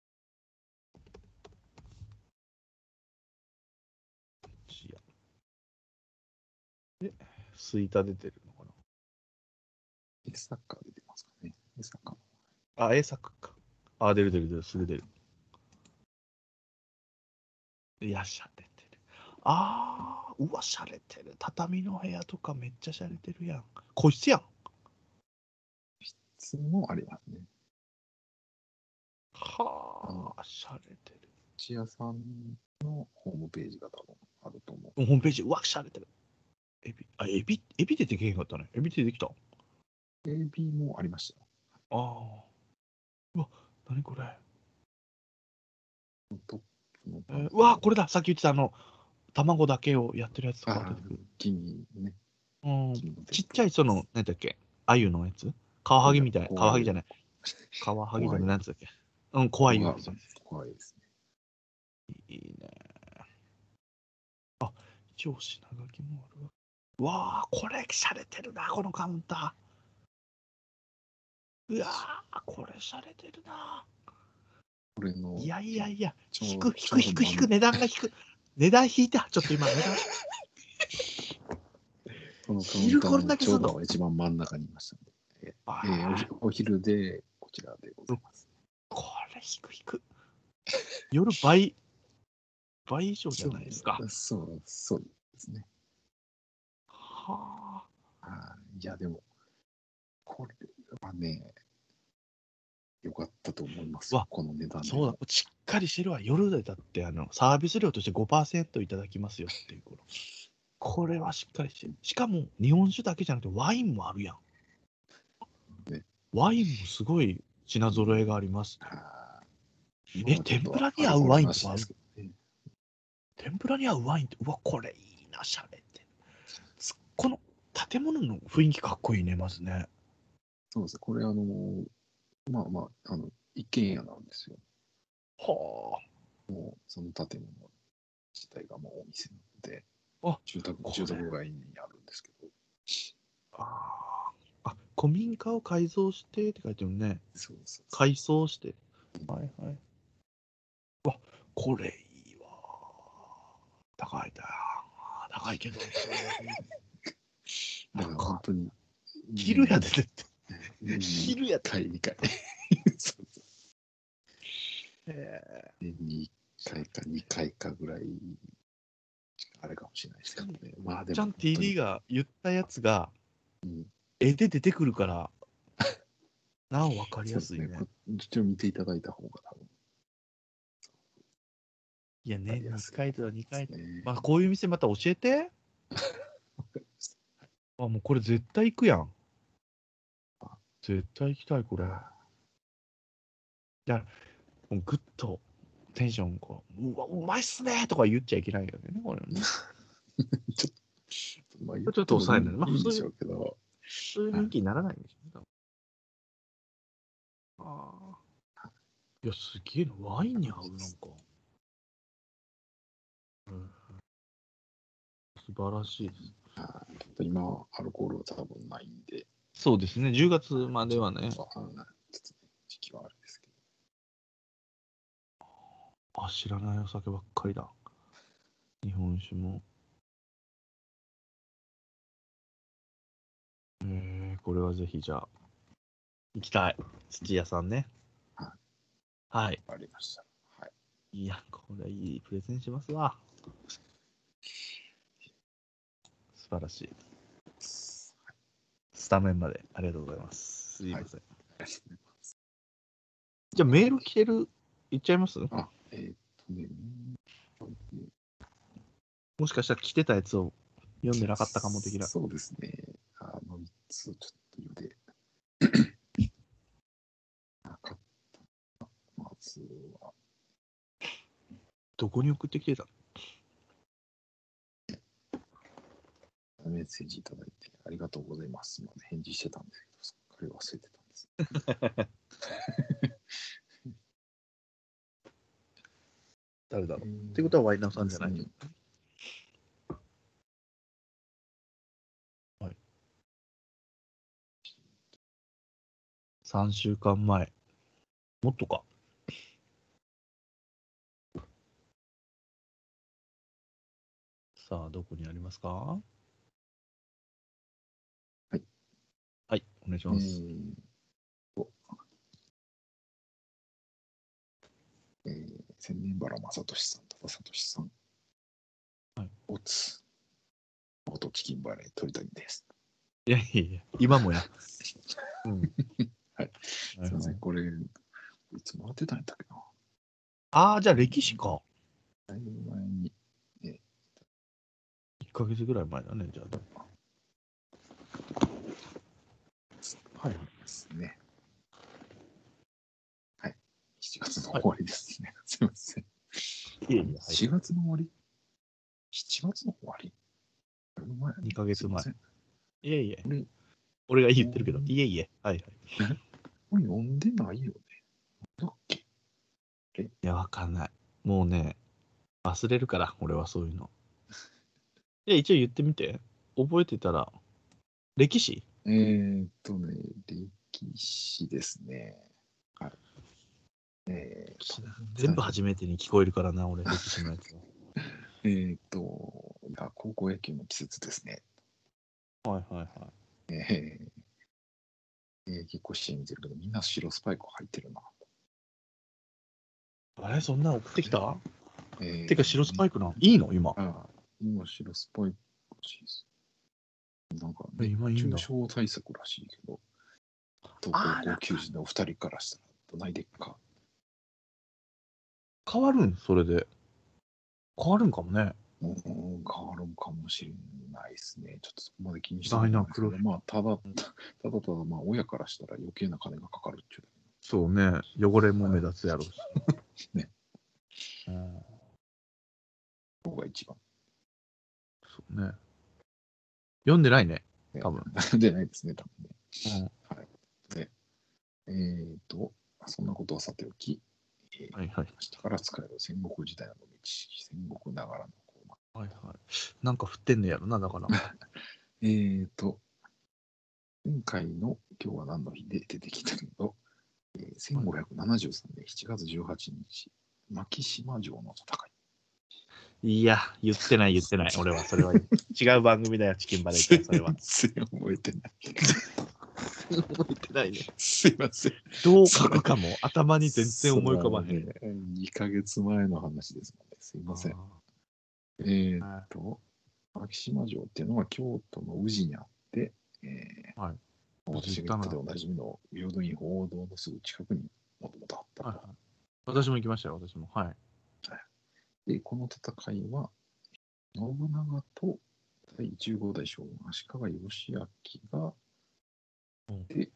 スイタ出てるのかな？ サッカー出てますかね。サッカー。 あ、サッカーか。あ、出る、すぐ出る。いや、しゃれてる。ああ、うわ、しゃれてる。畳の部屋とかめっちゃしゃれてるやん。個室やん。 室もありますね。 はあ、しゃれてる。 土屋さんのホームページが多分あると思う。ホームページ、うわ、しゃれてる。エビ出てけへんかったね。エビ出てきた。 エビもありましたよ。 ああ。うわ、何これ。うわ、これだ。さっき言ってた卵だけをやってるやつとか出てくる。 君ね。 うん。ちっちゃい何だっけ、鮎のやつ、カワハギみたい。カワハギじゃない。カワハギじゃない。なんつだっけ。うん、怖いよ。 怖いですね。いいね。あ、一応品書きもあるわ。うわあ、これしゃれてるな、このカウンター。うわあ、これしゃれてるな。 これのいや、引く、値段が引く。値段引いた。ちょっと今、値段。 このカウンターのちょうど一番真ん中にいましたので、お昼でこちらでございます。 これ引く。夜倍以上じゃないですか。 そうですね。 はあ。 いや、でも、これはね、よかったと思います。この値段で。 そうだ、しっかりしてるわ。夜でだってサービス料として 5% いただきますよっていうこと。これはしっかりしてる。しかも日本酒だけじゃなくてワインもあるやん。ね、ワインもすごい品揃えがあります。天ぷらに合うワインとかある？天ぷらに合うワインって、うわ、これいいな、しゃれて。この建物の雰囲気かっこいいね、まずね。 そうです。これ一軒家なんですよ。 はあ。もうその建物自体がもうお店なので、住宅街にあるんですけど。 古民家を改造してって書いてるね。 そう。 改装して。はい。わ、これいいわ。高いけど。 なんか本当に。 昼やでって。昼やで。 2回。2回か2回かぐらいあれかもしれないですけどね。まあでも。 ちゃん TD が言ったやつが、絵で出てくるから、なお分かりやすいね。 一応見ていただいた方が多分。 いやね、2回と2回。まあこういう店また教えて。もうこれ絶対行くやん。絶対行きたい、これ。いや、もうぐっとテンションうわ、うまいっすねとか言っちゃいけないよね、これね。ちょっと抑えない。まあ、そういう人気にならないんでしょうね。いや、すげえな。ワインに合う、なんか。素晴らしいです。 今、アルコールは多分ないんで。 そうですね、10月まではね。 時期はあるんですけど。知らないお酒ばっかりだ。日本酒も。これはぜひじゃあ、行きたい。土屋さんね。はい。 ありました。はい。 いや、これいいプレゼンしますわ。素晴らしい。スタメンまでありがとうございます。すいません。じゃあメール来てる、いっちゃいます？もしかしたら来てたやつを読んでなかったかも的な。 そうですね。3つちょっと読んで。なかった。まずは。 どこに送ってきてたの？メッセージいただいてありがとうございます。返事してたんですけど、 かり忘れてたんです。 誰だろう。ってことはワイナーさんじゃない。はい。3週間前。もっとか。さあ、どこにありますか？はい。はい、お願いします。 千年原正俊さん、多田聡さん。はい。オツ。元チキンバレー鳥谷です。 いやいやいや、今もや。 うん。はい。すみません、これ、いつも当てたんだっけな。 ああ、じゃあ歴史か。 だいぶ前に。 1ヶ月ぐらい前だね、じゃあ。 はい、ですね。はい。7月の終わりですね。はい、すみません。 いやいや、 4月の終わり ?7 月の終わり ?2 ヶ月前。いえいえ。俺が言ってるけど、いえいえ。はいはい。 これ読んでないよね。だっけ？ いや、わかんない。もうね、忘れるから、俺はそういうの。一応言ってみて。覚えてたら。歴史？ 歴史ですね。はい。 全部初めてに聞こえるからな、俺、歴史のやつは。 高校野球の季節ですね。 はいはいはい。 結構試合見てるけど、みんな白スパイク履いてるな。 あれ、そんな送ってきた？てか、白スパイクな。いいの今。 今、白スパイクらしいです。なんか、 今いいんだ。 熱中症対策らしいけど、高校球児のお二人からしたら、どないでっか。 変わるん？それで。変わるんかもね。 変わるんかもしれないですね。ちょっとそこまで気にしてないんですけど、まあ、ただ、まあ、親からしたら余計な金がかかるっていう。 そうね。汚れも目立つやろうし。 ね。ここが一番。 そうね。読んでないね。多分。 読んでないですね、多分ね。はい。で、そんなことはさておき、 はいはい。 明日から使える戦国時代の道、戦国ながらのコーナー。はいはい。なんか振ってんねやろな、だから。 前回の今日は何の日で出てきたけど、1573年7月18日、牧島城の戦い。 いや、言ってない。俺は、それは違う番組だよ、チキンバレーから、それは。 覚えてない。 覚えてないね。 すいません。 どう書くかも、頭に全然思い浮かばへん。 2ヶ月前の話ですので、すいません。牧島城っていうのは京都の宇治にあって、私が言ったでおなじみの平等院鳳凰堂のすぐ近くにもともとあったと。 私も行きましたよ、私も。はい。 で、この戦いは、信長と第15代将軍足利義昭が、で、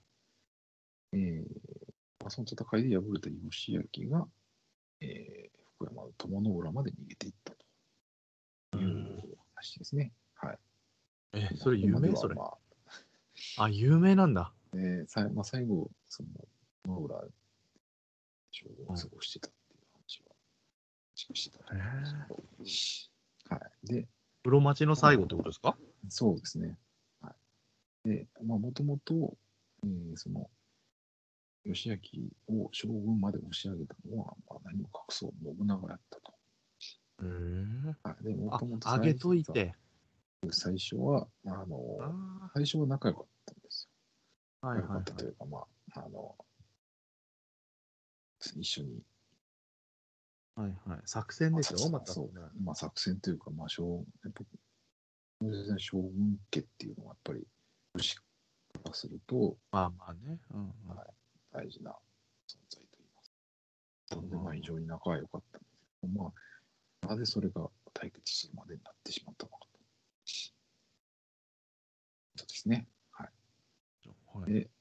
その戦いで敗れた義昭が、福山の友の浦まで逃げていったという話ですね。はい。 それ有名？それ。有名なんだ。 最後、その友の浦将軍を過ごしてたっていう話は、してたと思うんですけど。はい。で、 室町の最後ってことですか？ そうですね。はい。で、もともと、その、義昭を将軍まで押し上げたのは、何も隠そう信長やったと。で、もともと上げといて。 最初は、最初は仲良かったんですよ。仲良かったというか、一緒に。 作戦でしょ？また。 そう。作戦というか、将軍家っていうのは、やっぱり、武士からすると、 ね。 大事な存在といいます。なので、非常に仲は良かったんですけど、なぜそれが対決するまでになってしまったのかと。そうですね。はい。で、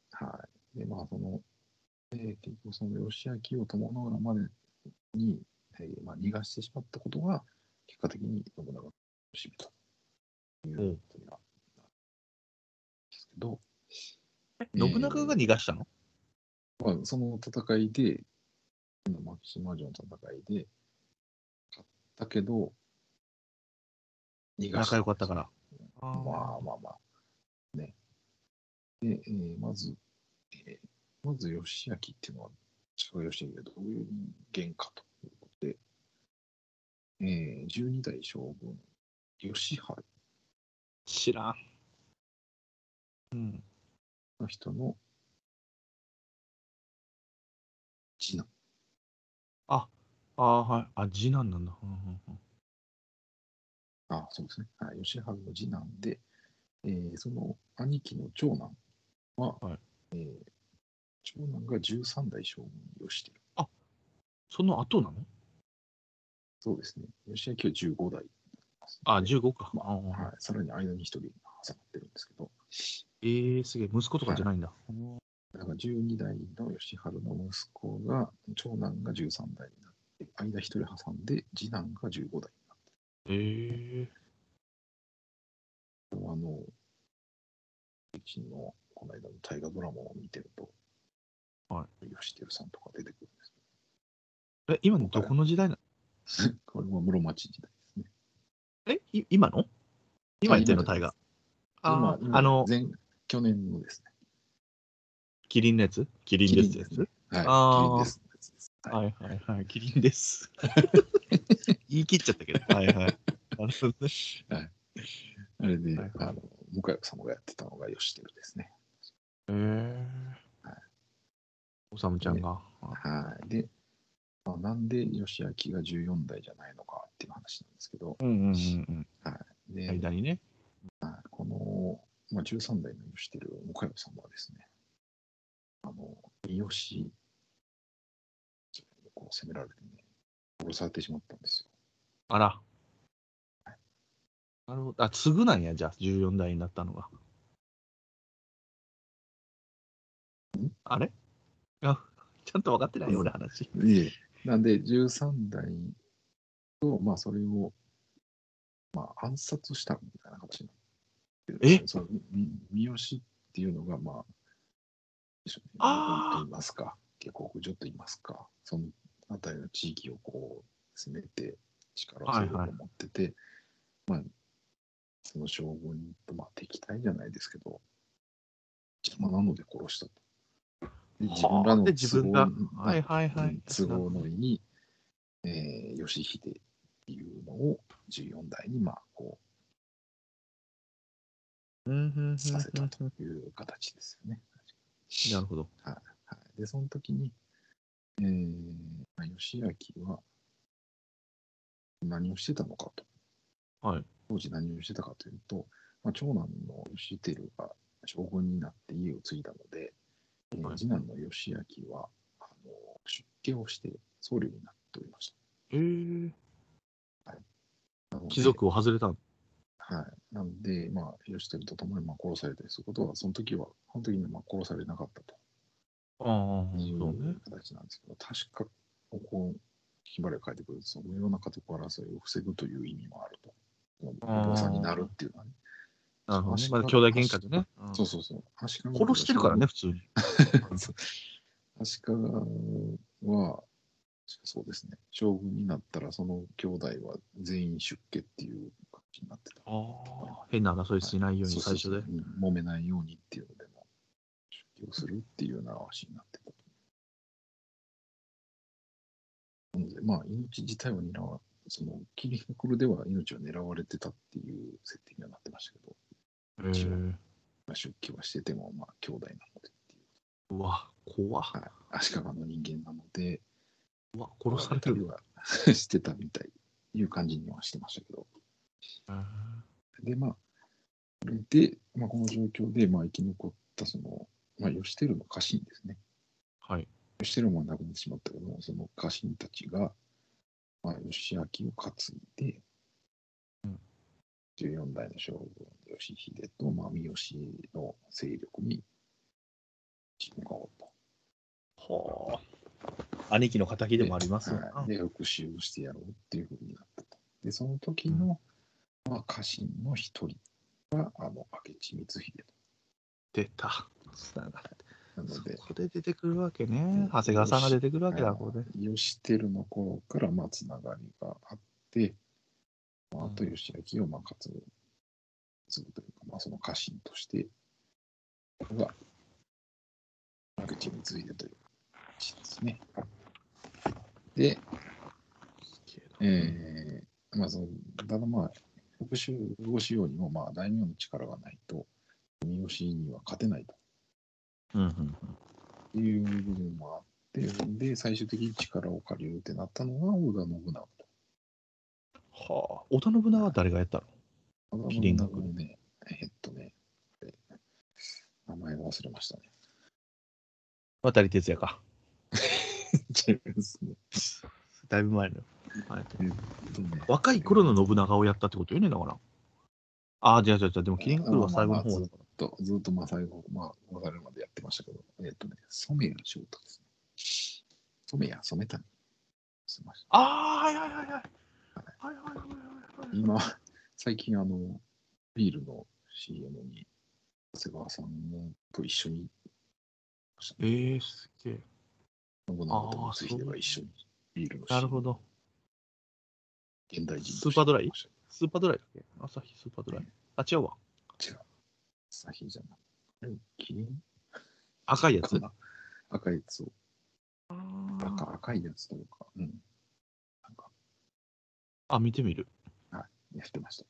結局その義昭を友の浦までに、逃がしてしまったことが、結果的に信長を占めたということになるんですけど、 信長が逃がしたの？ まあ、その戦いで、牧島城の戦いで、勝ったけど、逃がした。 仲良かったから。 まあまあまあ。ね。で、まず義明っていうのは、石川義明がどういう人間かということで、12代将軍、義治知らん。 の人の次男。 はい。次男なんだ。 そうですね。はい。義治の次男で、その兄貴の長男は、長男が13代将軍義輝。 その後なの？ そうですね。義明は15代。 15か。 はい。さらに間に一人挟まってるんですけど。 すげえ。息子とかじゃないんだ。 だから12代の義治の息子が、長男が13代になって、間一人挟んで、次男が15代になって。歴史のこの間の大河ドラマを見てると、義輝さんとか出てくるんですけど。今どこの時代なの？これは室町時代ですね。今の？今やってるの大河。 去年のですね。 キリンのやつ？キリンですやつ？ はい。キリンです。 はいはいはい。キリンです。言い切っちゃったけど。はいはい。なるほどね。 はい。あれで、向井様がやってたのが義輝ですね。 おさむちゃんが。 はい。で、なんで義明が14代じゃないのかっていう話なんですけど、はい。で、 間にね。 この、13代の義輝、向井様はですね、三好にこう攻められてね、殺されてしまったんですよ。 あら。なるほど。継ぐなんや、じゃあ、14代になったのが。あれ？ちゃんと分かってないよ、俺話。 なんで、13代と、それを、暗殺したみたいな形になってる。三好っていうのが、と言いますか、下克上と言いますか、その辺りの地域をこう攻めて力を勢力を持ってて、その将軍と敵対じゃないですけど、邪魔なので殺したと。で自分らの都合のいいに、義秀っていうのを14代にこうさせたという形ですよね。 なるほど。 で、その時に、義明は何をしてたのかと。当時何をしてたかというと、長男の義輝が将軍になって家を継いだので、次男の義明は出家をして僧侶になっておりました。 貴族を外れたの？ なので、義輝と共に殺されたりすることは、その時に殺されなかったと。いう形なんですけど、確か、ここ、ひばりを書いてくると、そのような家族争いを防ぐという意味もあると。お坊さんになるっていうのはね。 なるほどね。兄弟喧嘩でね。 そうそうそう。 殺してるからね、普通に。 足利は、そうですね。将軍になったら、その兄弟は全員出家っていう感じになってた。 変な争いしないように最初で。 揉めないようにっていうのでも、出家をするっていうような話になってた。なので、命自体はその、キリンクルでは命を狙われてたっていう設定にはなってましたけど、出家はしてても、兄弟なのでっていう。 うわ、怖っ。 足利の人間なので、 うわ、殺されたりはしてたみたいいう感じにはしてましたけど。で、この状況で、生き残ったその、義輝の家臣ですね。義輝も亡くなってしまったけども、その家臣たちが、義明を担いで、14代の将軍義秀と、三好の勢力に向かおうと。兄貴の敵でもありますよ。 で、復讐をしてやろうっていうふうになったと。で、その時の、家臣の一人が、明智光秀と。 出た。つながって。 なので、 そこで出てくるわけね。長谷川さんが出てくるわけだ、ここで。 義輝の頃からまあつながりがあって、まあ、あと義明をまあ継ぐというか、まあ、その家臣として、が、明智に次いでという形ですね。で、まあ、ただまあ、復讐をしようにも、まあ、大名の力がないと、三好には勝てないと。いう部分もあって、で、最終的に力を借りるってなったのが織田信長と。 はあ、織田信長は誰がやったの？ 織田信長のね、名前を忘れましたね。 渡哲也か。 違いますね。 だいぶ前の。若い頃の信長をやったってことよね、だから。ああ、じゃあ、でも、キリンが来るは最後の方だから。 ずっとまあ最後、まあ、分かるまでやってましたけど、染谷翔太ですね。染谷。すみません。 ああ、はい。 今、最近、ビールの CM に、長谷川さんと一緒に、 すげえ。 信長と光秀が一緒にビールの CM。 なるほど。 現代人スーパードライだっけ？朝日スーパードライ。あ、違うわ。 違う。朝日じゃない。キリン赤いやつ？ 赤いやつを。赤いやつというか。なんか。 あ、見てみる。 はい。やってました。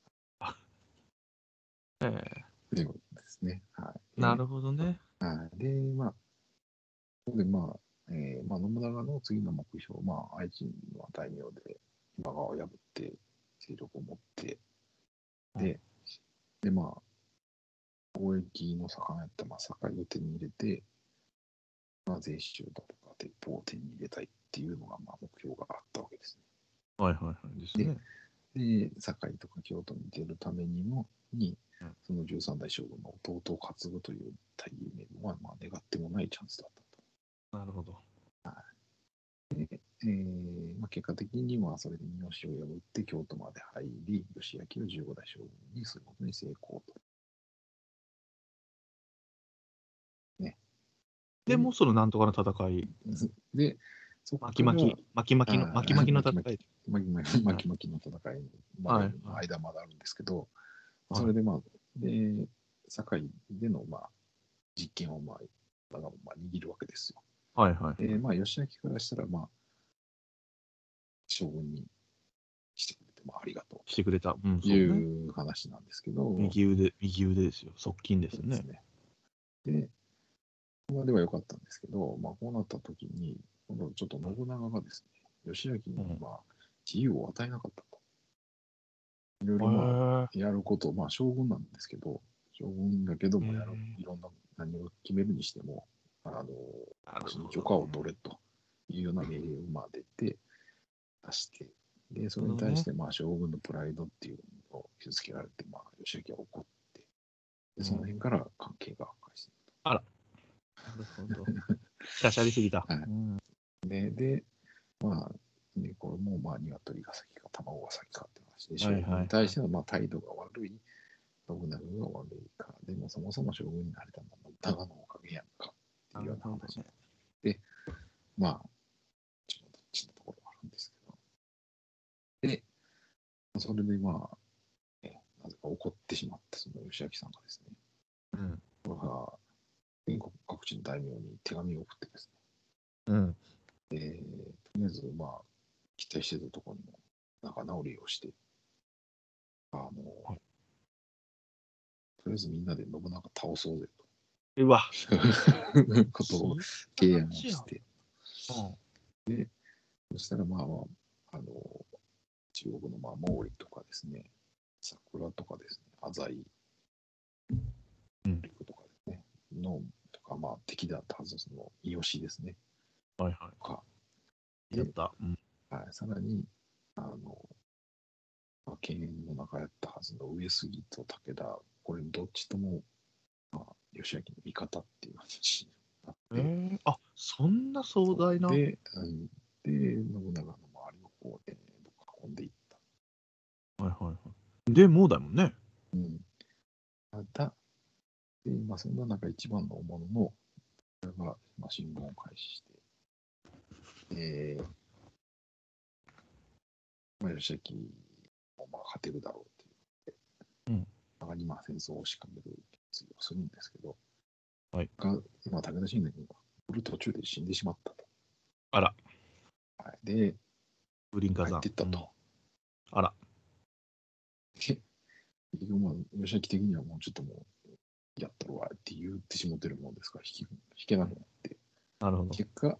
ということですね。はい。 なるほどね。 はい。で、まあ、信長の次の目標、まあ、愛知の大名で今川を破って勢力を持って、で、まあ、貿易の盛んやった、まあ、堺を手に入れて、まあ、税収だとか鉄砲を手に入れたいっていうのが、まあ、目標があったわけですね。 ですね。 で、堺とか京都に出るためにその13代将軍の弟を担ぐという大義名は、まあ、願ってもないチャンスだったと。 なるほど。 まあ、結果的にはそれで三好を破って京都まで入り、義明を15代将軍にすることに成功と。ね。 でも、そのなんとかの戦い。 で、 巻き巻きの戦い。 巻き巻きの戦いまでの間まであるんですけど、それでまあ、堺でのまあ実験をまあ握るわけですよ。まあ、義明からしたら、まあ、将軍にしてくれて、まあ、ありがとう。 してくれた。 という話なんですけど。 右腕ですよ。側近ですね。 で、ここまでは良かったんですけど、まあ、こうなった時に、今度ちょっと信長がですね、義明にまあ自由を与えなかったと。いろいろまあ、やること、まあ、将軍なんですけど、将軍だけどもいろんな何を決めるにしても、許可を取れというような命令をまあ出して、で、それに対してまあ将軍のプライドっていうのを傷つけられて、まあ、義明は怒って、で、その辺から関係が悪化していると。 あら。なるほど。しゃしゃりすぎた。 で、まあ、これもまあ、鶏が先か、卵が先かって話で、将軍に対してのまあ態度が悪い、信長が悪いか、でもそもそも将軍になれたのは信長のおかげやんかっていうような話で、まあ、ちょっとどっちのところがあるんですけど、で、それでまあ、なぜか怒ってしまった、その義明さんがですね、これが全国各地の大名に手紙を送ってですね、とりあえず、まあ、期待してたところにも仲直りをして、とりあえずみんなで信長倒そうぜと。 うわ。 ことを提案をして、で、そしたらまあ、中国のまあ毛利とかですね、桜とかですね、浅井とかですね、とか、まあ敵だったはずの三好ですね。 やった。 さらに、犬猿の中やったはずの上杉と武田、これどっちとも、まあ、義明の味方っていう話になって。 あ、そんな壮大な。 で、信長の周りをこう、囲んでいった。 で、もうだもんね。 ただ、 で、そんな中一番のものの、これが、新聞を開始して、義明も勝てるだろうっていう、中に戦争を仕掛ける決意をするんですけど、 はい。 武田信玄が途中で死んでしまったと。 あら。 はい、で、 ブリンカさん。 帰ってったと。 あら。 結局、義明的にはもうちょっともう、やったろわって言ってしもてるもんですから引けなくなって、 なるほど。 結果、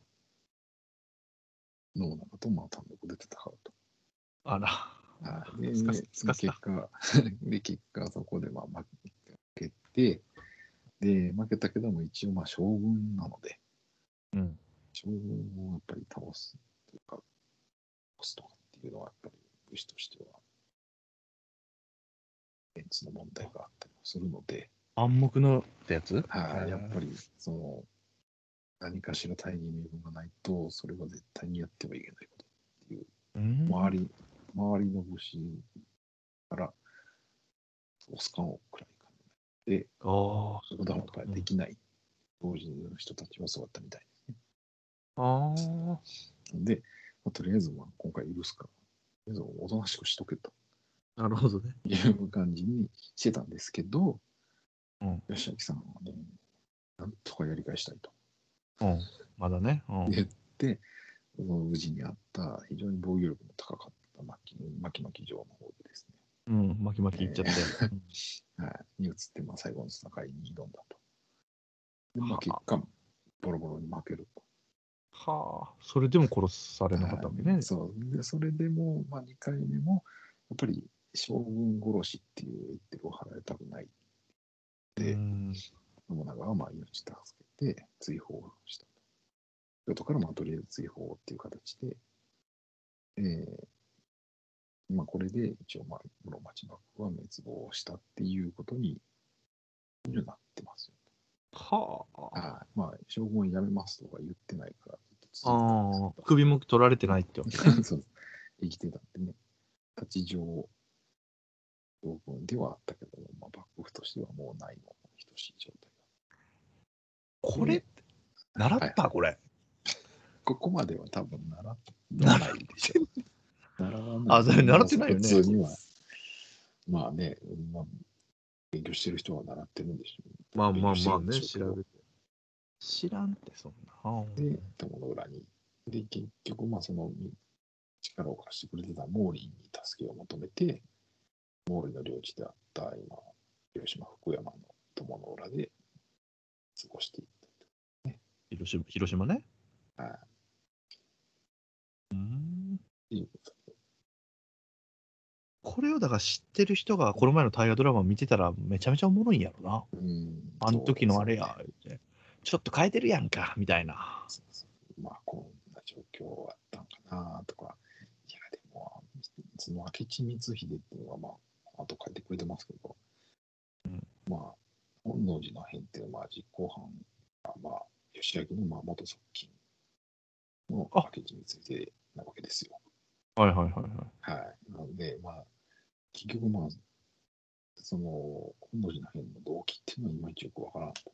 信長と単独で戦うと。 あら。 で、結果、そこで負けて、で、負けたけども、一応将軍なので、将軍をやっぱり倒すというか、倒すとかっていうのは、やっぱり武士としては、メンツの問題があったりもするので、 暗黙のってやつ？ やっぱり、何かしら大義名分がないと、それは絶対にやってはいけないことっていう、周りの武士から押す感を食らいかねで、そういうことはやっぱりできない、当時の人たちはそうだったみたいですね。で、とりあえず今回許すから、とりあえずおとなしくしとけと。 なるほどね。 いう感じにしてたんですけど、義明さんはね、なんとかやり返したいと。 まだね。 言って、その宇治にあった非常に防御力の高かった巻き城の方でですね。巻きいっちゃって。 に移って、最後の戦いに挑んだと。で、結果、ボロボロに負けると。 それでも殺されなかったわけね。 そうで、それでも、2回目も、やっぱり将軍殺しっていう言ってるを払いたくない。で、信長は命助けて追放したと。後からとりあえず追放っていう形で、これで一応室町幕府は滅亡したっていうことになってますよ。将軍を辞めますとか言ってないから首も取られてないってわけね。 そう生きてたんでね。立ち上将軍ではあったけども、幕府としてはもうないの等しい状態。 これ、習ったこれ。 ここまでは多分習わないでしょ。習わない。 習ってないよね。 普通には。勉強してる人は習ってるんでしょう。 ね、調べて。知らんって、そんな。 で、友の裏に。で、結局、その力を貸してくれてた毛利に助けを求めて、毛利の領地であった今、広島、福山の友の裏で過ごしていったね。 広島ね。 いうことで。 これをだから知ってる人がこの前の大河ドラマ見てたらめちゃめちゃおもろいんやろな。あの時のあれや、ちょっと変えてるやんか、みたいな。 こんな状況あったんかなとか、いや、でも、その明智光秀っていうのは、あと書いてくれてますけど、本能寺の変っていうのは、実行犯が、義明の元側近の明智光秀なわけですよ。 はい。 なので、結局、その、本能寺の変の動機っていうのは、いまいちよくわからんと。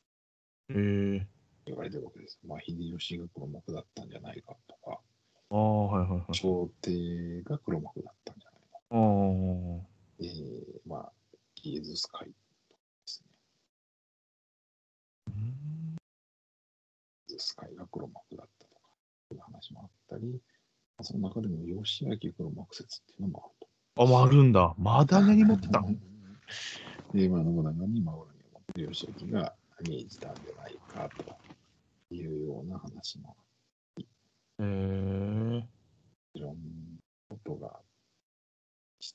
言われてるわけです。秀吉が黒幕だったんじゃないかとか、朝廷が黒幕だったんじゃないか。イエズス会ですね。イエズス会が黒幕だったとか、そういう話もあったり、その中でも義明黒幕説っていうのもあると。 あるんだ。まだ根に持ってたの。 で、信長に裏に持って義明が命じたんじゃないかというような話もいろんなことがして、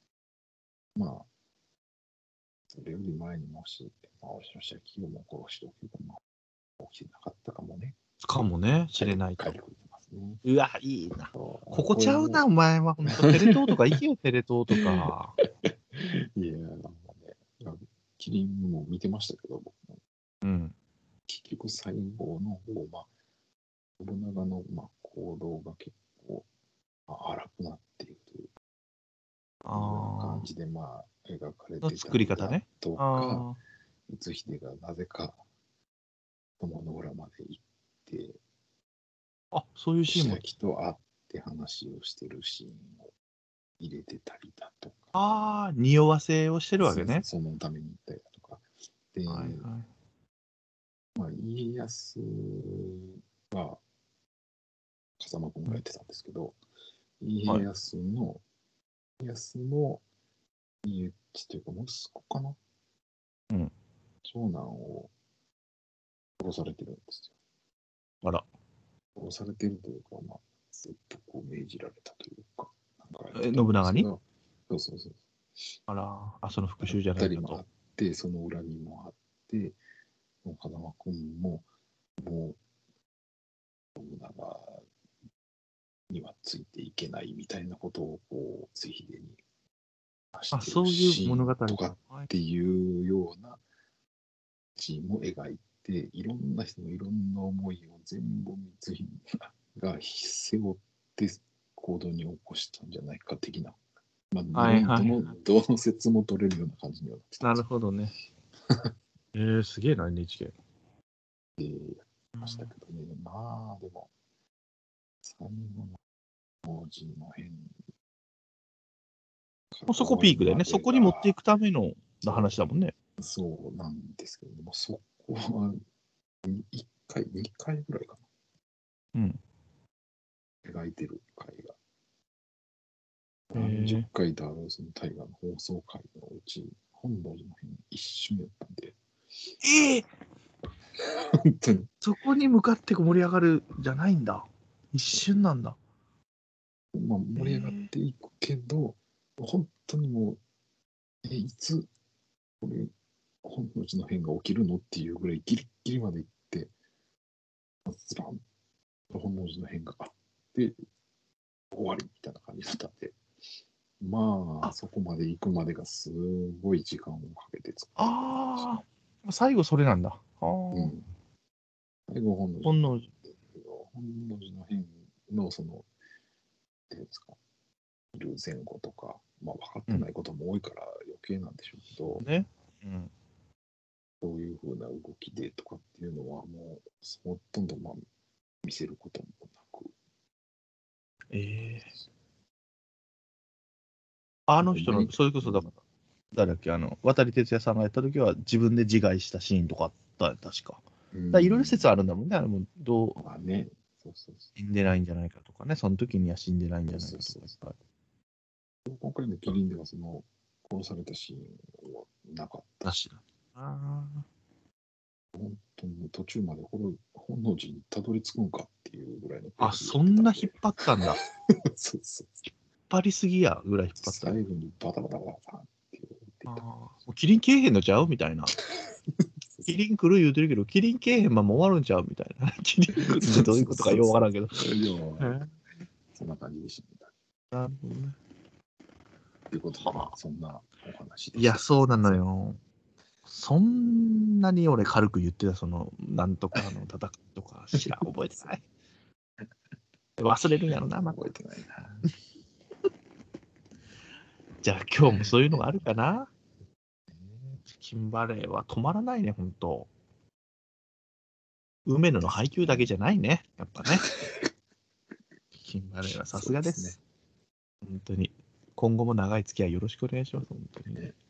それより前にもし、義明をも殺しておけば、起きてなかったかもね。 かもね、知れないと。 書いてくれてますね。 うわ、いいな。ここちゃうな、お前は。ほんとテレ東とか行けよ、テレ東とか。 いや、キリンも見てましたけど、僕も。結局、最後の方、信長の行動が結構荒くなっているというような感じで描かれてた作り方ね。 とか、 光秀がなぜか友の浦まで行って、 あ、そういうシーンも。 千秋と会って話をしてるシーンを入れてたりだとか。 ああ、匂わせをしてるわけね。 そのために行ったりだとか。で、 はいはい、 まあ、家康は、風間君が言ってたんですけど、家康の身内というか、息子かな、 うん、 長男を殺されてるんですよ。あら。 殺されてるというか、まあ、切腹を命じられたというか、 信長に。 そうそうそう。 あら、あ、その復讐じゃないかと。 もあって、その恨みもあって、もう風間君も、もう、信長にはついていけないみたいなことを、こう、光秀にあ、そういう物語とかっていうようなシーンも描いて、いろんな人のいろんな思いを全部光秀が背負って行動に起こしたんじゃないか的な、まあ、 はいはい、 どの説も取れるような感じにはなってた。 なるほどね。すげえな、NHK。 やってましたけどね。まあ、でも、最後の文字の変。 もうそこピークだよね。そこに持っていくための話だもんね。 そうなんですけれども、そこは1回、2回ぐらいかな。うん。 描いてる回が。何十回とあるその大河の放送回のうち、本能寺の変一瞬やったんで。本当に。 そこに向かって盛り上がるじゃないんだ。一瞬なんだ。 まあ、盛り上がっていくけど、本当にもう、いつ、これ、本能寺の変が起きるのっていうぐらいギリギリまで行って、ズランと本能寺の変があって、終わりみたいな感じだったんで、まあ、そこまで行くまでがすごい時間をかけて作ってああ、最後それなんだ。 うん。最後本能寺の変のその、っていうんですか、いる前後とか、まあ分かってないことも多いから余計なんでしょうけど、 ね。うん。 そういうふうな動きでとかっていうのはもう、ほとんどまあ見せることもなく。 あの人の、それこそだから、誰だっけ、渡哲也さんがやった時は自分で自害したシーンとかあったよ、確か。いろいろ説あるんだもんね。どう、 まあね、 死んでないんじゃないかとかね、その時には死んでないんじゃないかとか。 今回のキリンではその殺されたシーンはなかったし。本当に途中まで本能寺にたどり着くんかっていうぐらいのあ、そんな引っ張ったんだ。 そうそう。 引っ張りすぎやぐらい引っ張った。 最後にバタバタバタって言ってた。 もうキリンけえへんのちゃうみたいな。キリン来る言うてるけど、キリンけえへんまま終わるんちゃうみたいな。キリン来るってどういうことかようわからんけど。 そんな感じでした。 なるほどね。 ということで、そんなお話でした。 いや、そうなのよ。そんなに俺軽く言ってた、なんとかの戦いとか知らん、覚えてない。忘れるんやろな、 覚えてないな。 じゃあ今日もそういうのがあるかな。チキンバレーは止まらないね、ほんと。梅野の配球だけじゃないね、やっぱね。チキンバレーはさすがです。本当に。今後も長い付き合いよろしくお願いします、本当にね。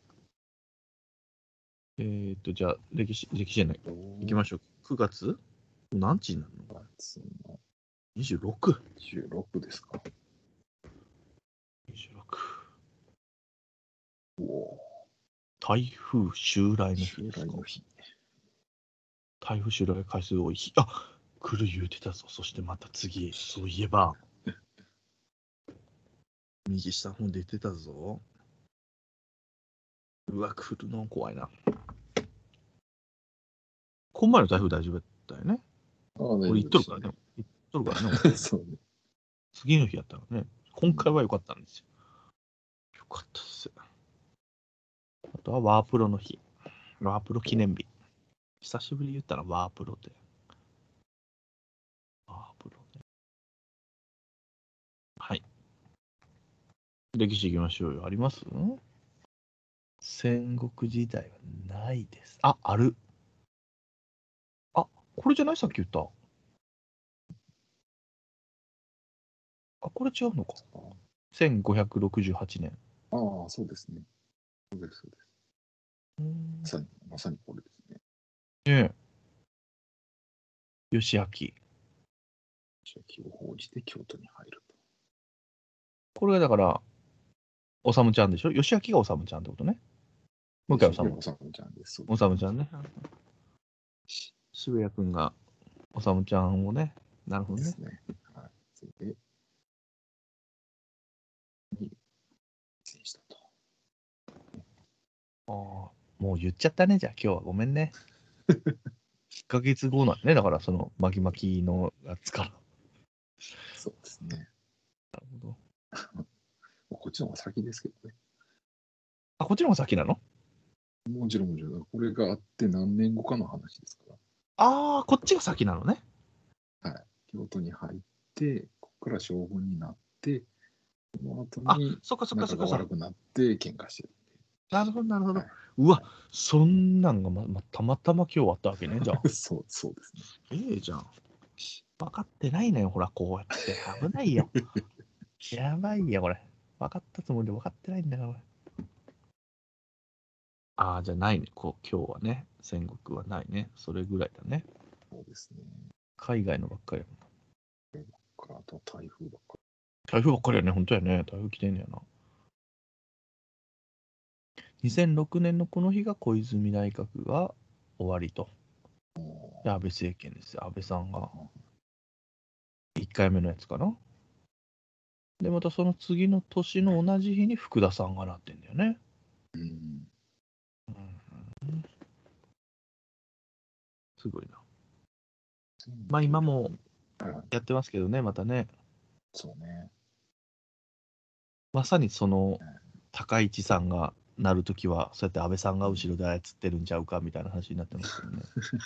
じゃあ、歴史じゃない。行きましょう。9月何日になるの ?9 月の 26。 ですか。 26。台風襲来の日ですか。台風襲来回数多い日。あ、来る言うてたぞ。そしてまた次、そういえば、右下の方で言ってたぞ。うわ、来るの怖いな。今前の台風大丈夫だったよね。俺言っとるからね。言っとるからね。そうね。次の日やったらね。今回は良かったんですよ。良かったです。あとはワープロの日。ワープロ記念日。久しぶりに言ったらワープロで。ワープロね。はい。歴史いきましょうよ。あります戦国時代はないです。あ、ある。あ、これじゃないさっき言った。あ、これ違うのか。1568年。 ああ、そうですね。そうです、そうです。まさにこれですね。 ねえ。義明。 義明を報じて京都に入ると。 これがだから、おさむちゃんでしょ。義明がおさむちゃんってことね。向井おさむ。 おさむちゃんです。 おさむちゃんね。渋谷君がおさむちゃんをね。なるほどね。 ですね。はい。それで、に戦したと。 ああ、もう言っちゃったね。じゃあ今日はごめんね。1ヶ月後なんね。だからその巻き巻きのやつから。 そうですね。 なるほど。 こっちの方が先ですけどね。 あ、こっちの方が先なの？ もちろん、もちろん。これがあって何年後かの話ですかああ、こっちが先なのね。 ら。はい。京都に入って、ここから将軍になって、その後あ、 にそっかそっかそ仲がっかそっか。 悪くなって喧嘩してる。 なるほど、なるほど。 はい、 うわ、そんなんがたまたま今日あったわけね、じゃあ。 そうですね。 ええじゃん。分かってないのよ、ほら、こうやって。危ないよ。やばいよ、これ。分かったつもりで分かってないんだから、これ。ああ、じゃないね。今日はね、戦国はないね。それぐらいだね。 そうですね。 海外のばっかりやもん。 あと台風ばっか台風ばっかりやね、本当やね。台風来てんねやな。2006年のこの日が小泉内閣が終わりと。で、安倍政権ですよ。安倍さんが1回目のやつかな。で、またその次の年の同じ日に福田さんがなってんだよね。 り。うん。 すごいな。まあ今もはいやってますけどね、またね。 そうね。 まさにその高市さんがなるときは、そうやって安倍さんが後ろで操ってるんちゃうかみたいな話になってますけどね。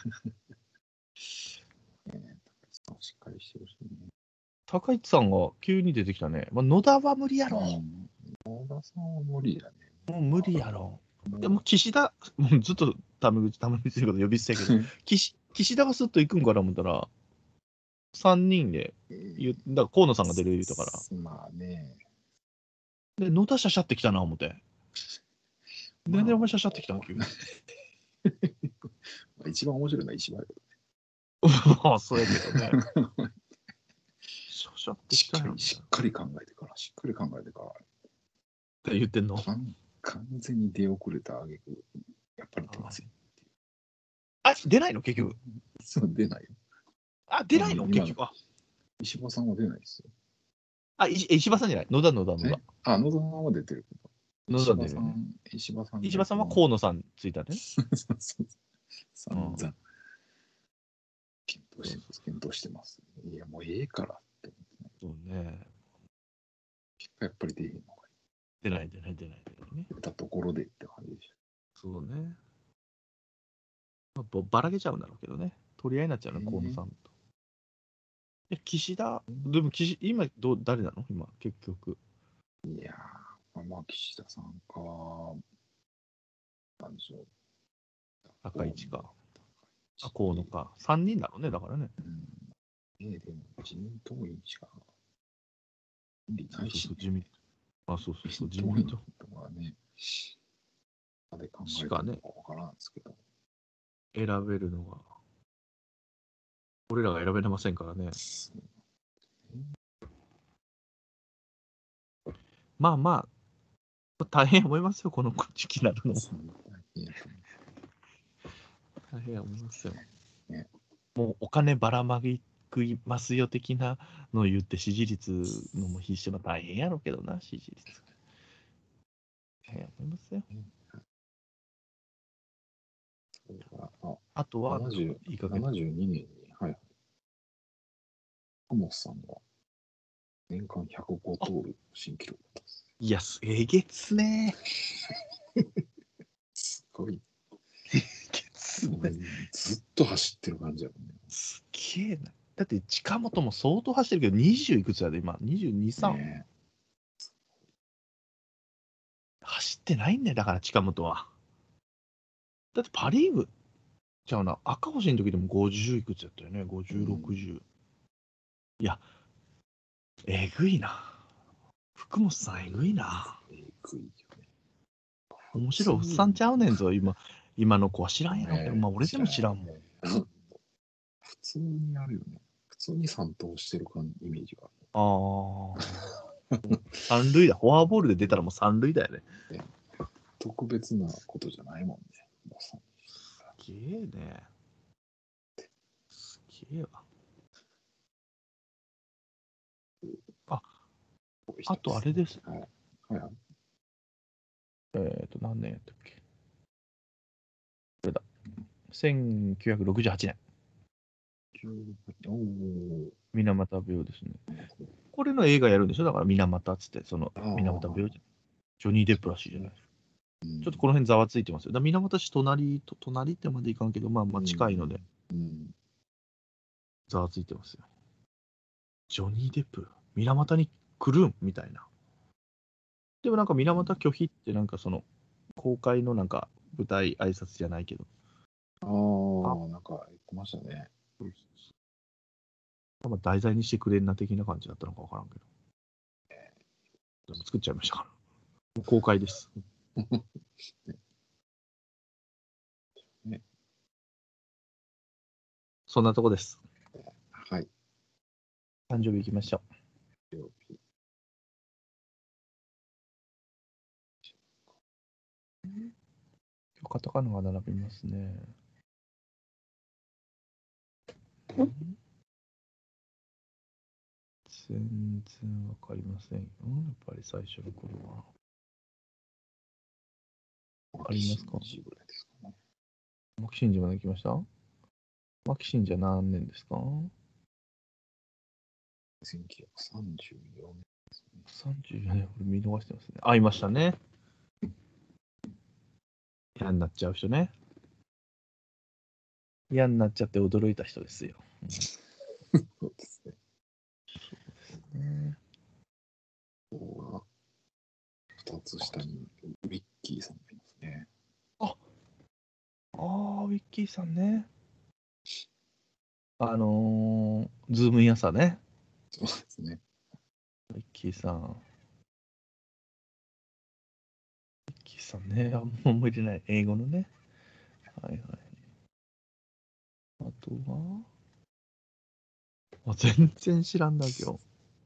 高市さんしっかりしてるしね。 高市さんが急に出てきたね。まあ、野田は無理やろ。 野田さんは無理だね。 もう無理やろ。でも岸田、もうずっとタメ口ということ呼び捨てやけど、岸田がスッと行くんかな思ったら、3人でだから河野さんが出る言うたから。 まあね。 で、野田シャシャってきたな思って。なんでお前シャシャってきたの急に。 一番面白いのは石破よ。 まあ、そうやけどね。シャシャってきたやん。 しっかり考えてから、 って言ってんの？ 完全に出遅れた挙句、やっぱり出ません。 あ、出ないの結局。 そう、出ないよ。 あ、出ないの結局。 石破さんは出ないですよ。 あ、石破さんじゃない。野田。 野田さんは出てるけど。 野田出るよね。石破さんは河野さんついたね。 散々検討してます。いや、もうええからって。 そうね。 やっぱり出へんのか出ないね。 出たところでって感じでしょ。 そうね。ばらけちゃうんだろうけどね。取り合いになっちゃうね、河野さんと。岸田、でも今誰なの今、結局。 いやー、まあ、岸田さんか、なんでしょう。 高市か。河野か。3人だろうね、だからね。 でも自民党員しか無理ないし、ね。 自民党はね、で考えてるのかわからんですけど。 選べるのが。俺らが選べれませんからね。まあ、大変思いますよ、この時期になるのも。大変思いますよ。もうお金ばらまき食いますよ的なのを言って支持率のも必死は大変やろうけどな、支持率。大変思いますよ。あとは、いい加減。 72年に、はい。鴨本さんが年間105通る新記録だったんです。 いや、えげつねすごい。 えげつねずっと走ってる感じやもんね。 すげえな。だって近本も相当走ってるけど、20いくつやで、今。22、3。 ね、 走ってないんだよ、だから近本は。だってパ・リーグ、ちゃうな、赤星の時でも50いくつやったよね、50、60。いや、えぐいな。福本さん、えぐいな。 えぐいよね。 面白いおっさんちゃうねんぞ、今の子は知らんやろけど、まあ俺でも知らんもん。 普通にあるよね。普通に3投してるイメージがある。 ああ。三塁だ。フォアボールで出たらもう三塁だよね。 特別なことじゃないもんね。 すげえね。すげえわ。あとあれです。 はい。はい。 何年やったっけ。これだ。1968年。水俣病ですね。これの映画やるんでしょ。だから水俣っつって、その水俣病ジョニー・デップらしいじゃないですか。ちょっとこの辺ざわついてますよ。だ水俣市隣ってまでいかんけど、まあ近いので、ざわついてますよ。ジョニー・デップ、水俣に来るんみたいな。でもなんか水俣拒否ってなんかその公開のなんか舞台挨拶じゃないけど。 なんか言ってましたね。 題材にしてくれんな的な感じだったのかわからんけど。でも作っちゃいましたから。もう公開です。ね、そんなとこです。 はい。 誕生日行きましょう。今日カタカナが並びますね。全然わかりませんよ。やっぱり最初の頃は。ありますか？牧真治まで行きました？牧真治は何年ですか ？1934年ですね。 34年、これ見逃してますね。あ、いましたね。嫌になっちゃう人ね。嫌になっちゃって驚いた人ですよ。 そうですね。 そうですね。 2つ下にウィッキーさんがいますね。 ウィッキーさんね。ズームイン朝ね。 そうですね。 ウィッキーさん。ウィッキーさんね。もう思い出ない。英語のね。はいはい。あとは全然知らんな、今日。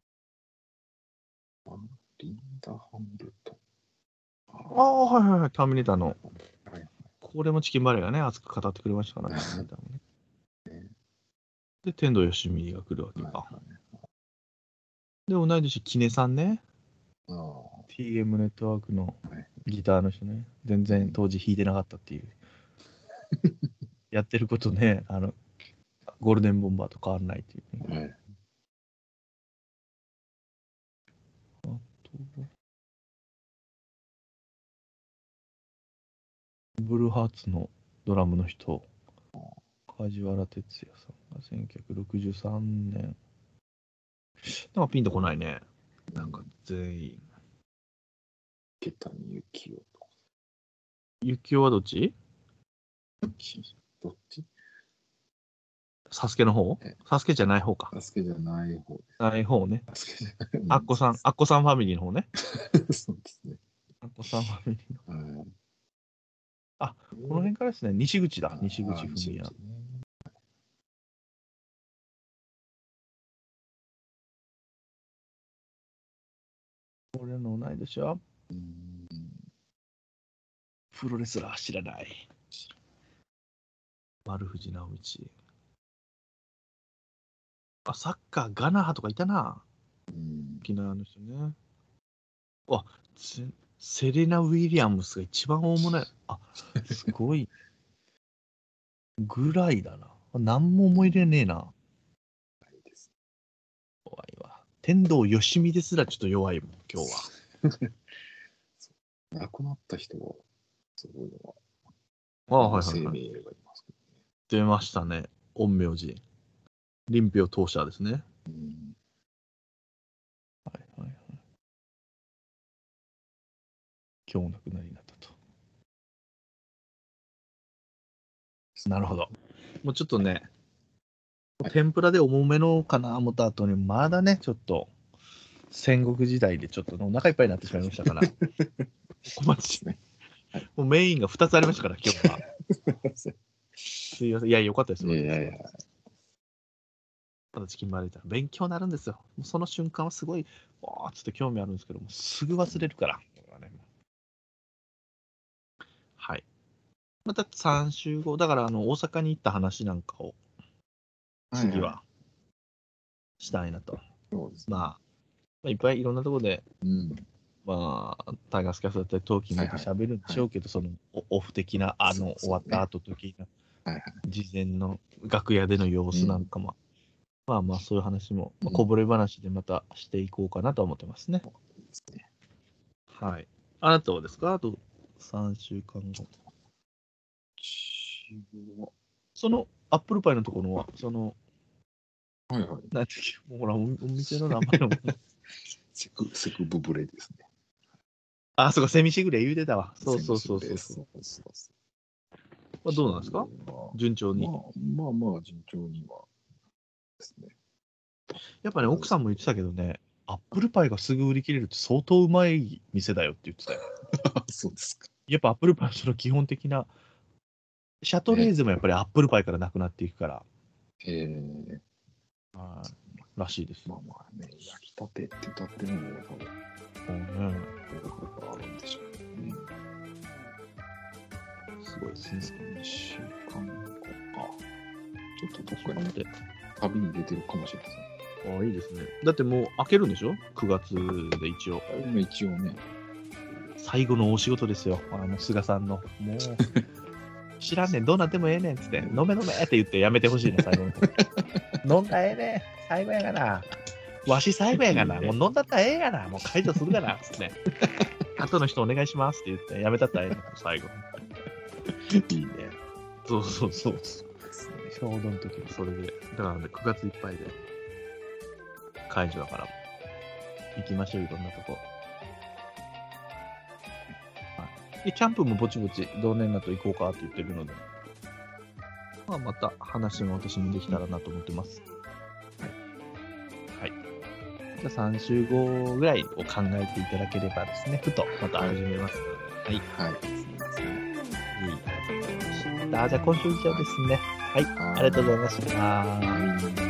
リンダ・ハンブルトン。 はいはいはい。ターミネーターの。 はい、 これもチキンバレーがね、熱く語ってくれましたからね。ターミネーターもね。で、天童よしみが来るわけか。で、同い年、キネさんね。TM ネットワークのギターの人ね。全然当時弾いてなかったっていう。やってることね、ゴールデンボンバーと変わらないっていうね。あと、ブルーハーツのドラムの人、梶原哲也さんが1963年。なんかピンとこないね。なんか全員。 池谷幸雄とか。 幸雄はどっち？ どっち？ サスケの方？サスケじゃない方か。 サスケじゃない方です。 ない方ね。 サスケじゃない。 アッコさんファミリーの方ね。 そうですね。 アッコさんファミリーの。 この辺からですね。西口だ。西口文也。俺の同い年はプロレスラー知らない。丸藤直道。サッカーガナハとかいたな。沖縄の人ね。セレナ・ウィリアムスが一番大物や。すごい。ぐらいだな。何も思い入れねえな。怖いわ。天童よしみですらちょっと弱いもん、今日は。 亡くなった人は、すごいのは。 はいはいはい。 出ましたね。陰陽師。臨氷当社ですね。はいはいはい。 今日お亡くなりになったと。なるほど。もうちょっとね、天ぷらで重めのかな思った後に、まだね、ちょっと戦国時代でちょっとお腹いっぱいになってしまいましたから、ここまでですね。もうメインが2つありましたから、今日は。すいません。いや、よかったですよ。ただチキンマレージャー、勉強になるんですよ。その瞬間はすごい、わーっつって興味あるんですけども、すぐ忘れるから。はい。また3週後、だから大阪に行った話なんかを、次はしたいなと。まあ、いっぱいいろんなところで、まあ、タイガースキャストだったり、トーキングで喋るんでしょうけど、そのオフ的な、終わった後時の、事前の楽屋での様子なんかも、まあまあ、そういう話も、こぼれ話でまたしていこうかなと思ってますね。はい。あなたはですか？あと3週間後。そのアップルパイのところは、その、なんていう、ほら、お店の名前も。 セクブブレですね。 あ、そうか、セミシグレ言うてたわ。そう。どうなんですか？順調に。 まあ、順調にはですね。 やっぱね、奥さんも言ってたけどね、アップルパイがすぐ売り切れるって相当うまい店だよって言ってたよ。 そうですか。 やっぱアップルパイのその基本的な、シャトレーゼもやっぱりアップルパイからなくなっていくから。らしいです。 まあね、焼きたてって歌ってるのも多分、あるんでしょうね。 すごいですね。 2週間後か。ちょっとどっかに旅に出てるかもしれません。 ああ、いいですね。だってもう開けるんでしょ ?9 月で一応。 一応ね。 最後の大仕事ですよ。菅さんの。もう、知らんねん、どうなってもええねんっつって、飲めって言ってやめてほしいな、最後の。飲んだらええねん、最後やがな。わし最後やがな。もう飲んだったらええがな。もう解除するがな。つって。後の人お願いしますって言って、やめたったらええねん、最後。 いいね。 そう。ちょうどの時はそれで。だからね、9月いっぱいで解除だから、行きましょう、いろんなとこ。でキャンプもぼちぼち同年だと行こうかって言ってるので、まあ、また話も私もできたらなと思ってます。はい。じゃあ3週後ぐらいを考えていただければですね、ふとまた始めます。はい。 すみません。 じゃあ今週以上ですね。はい。ありがとうございました。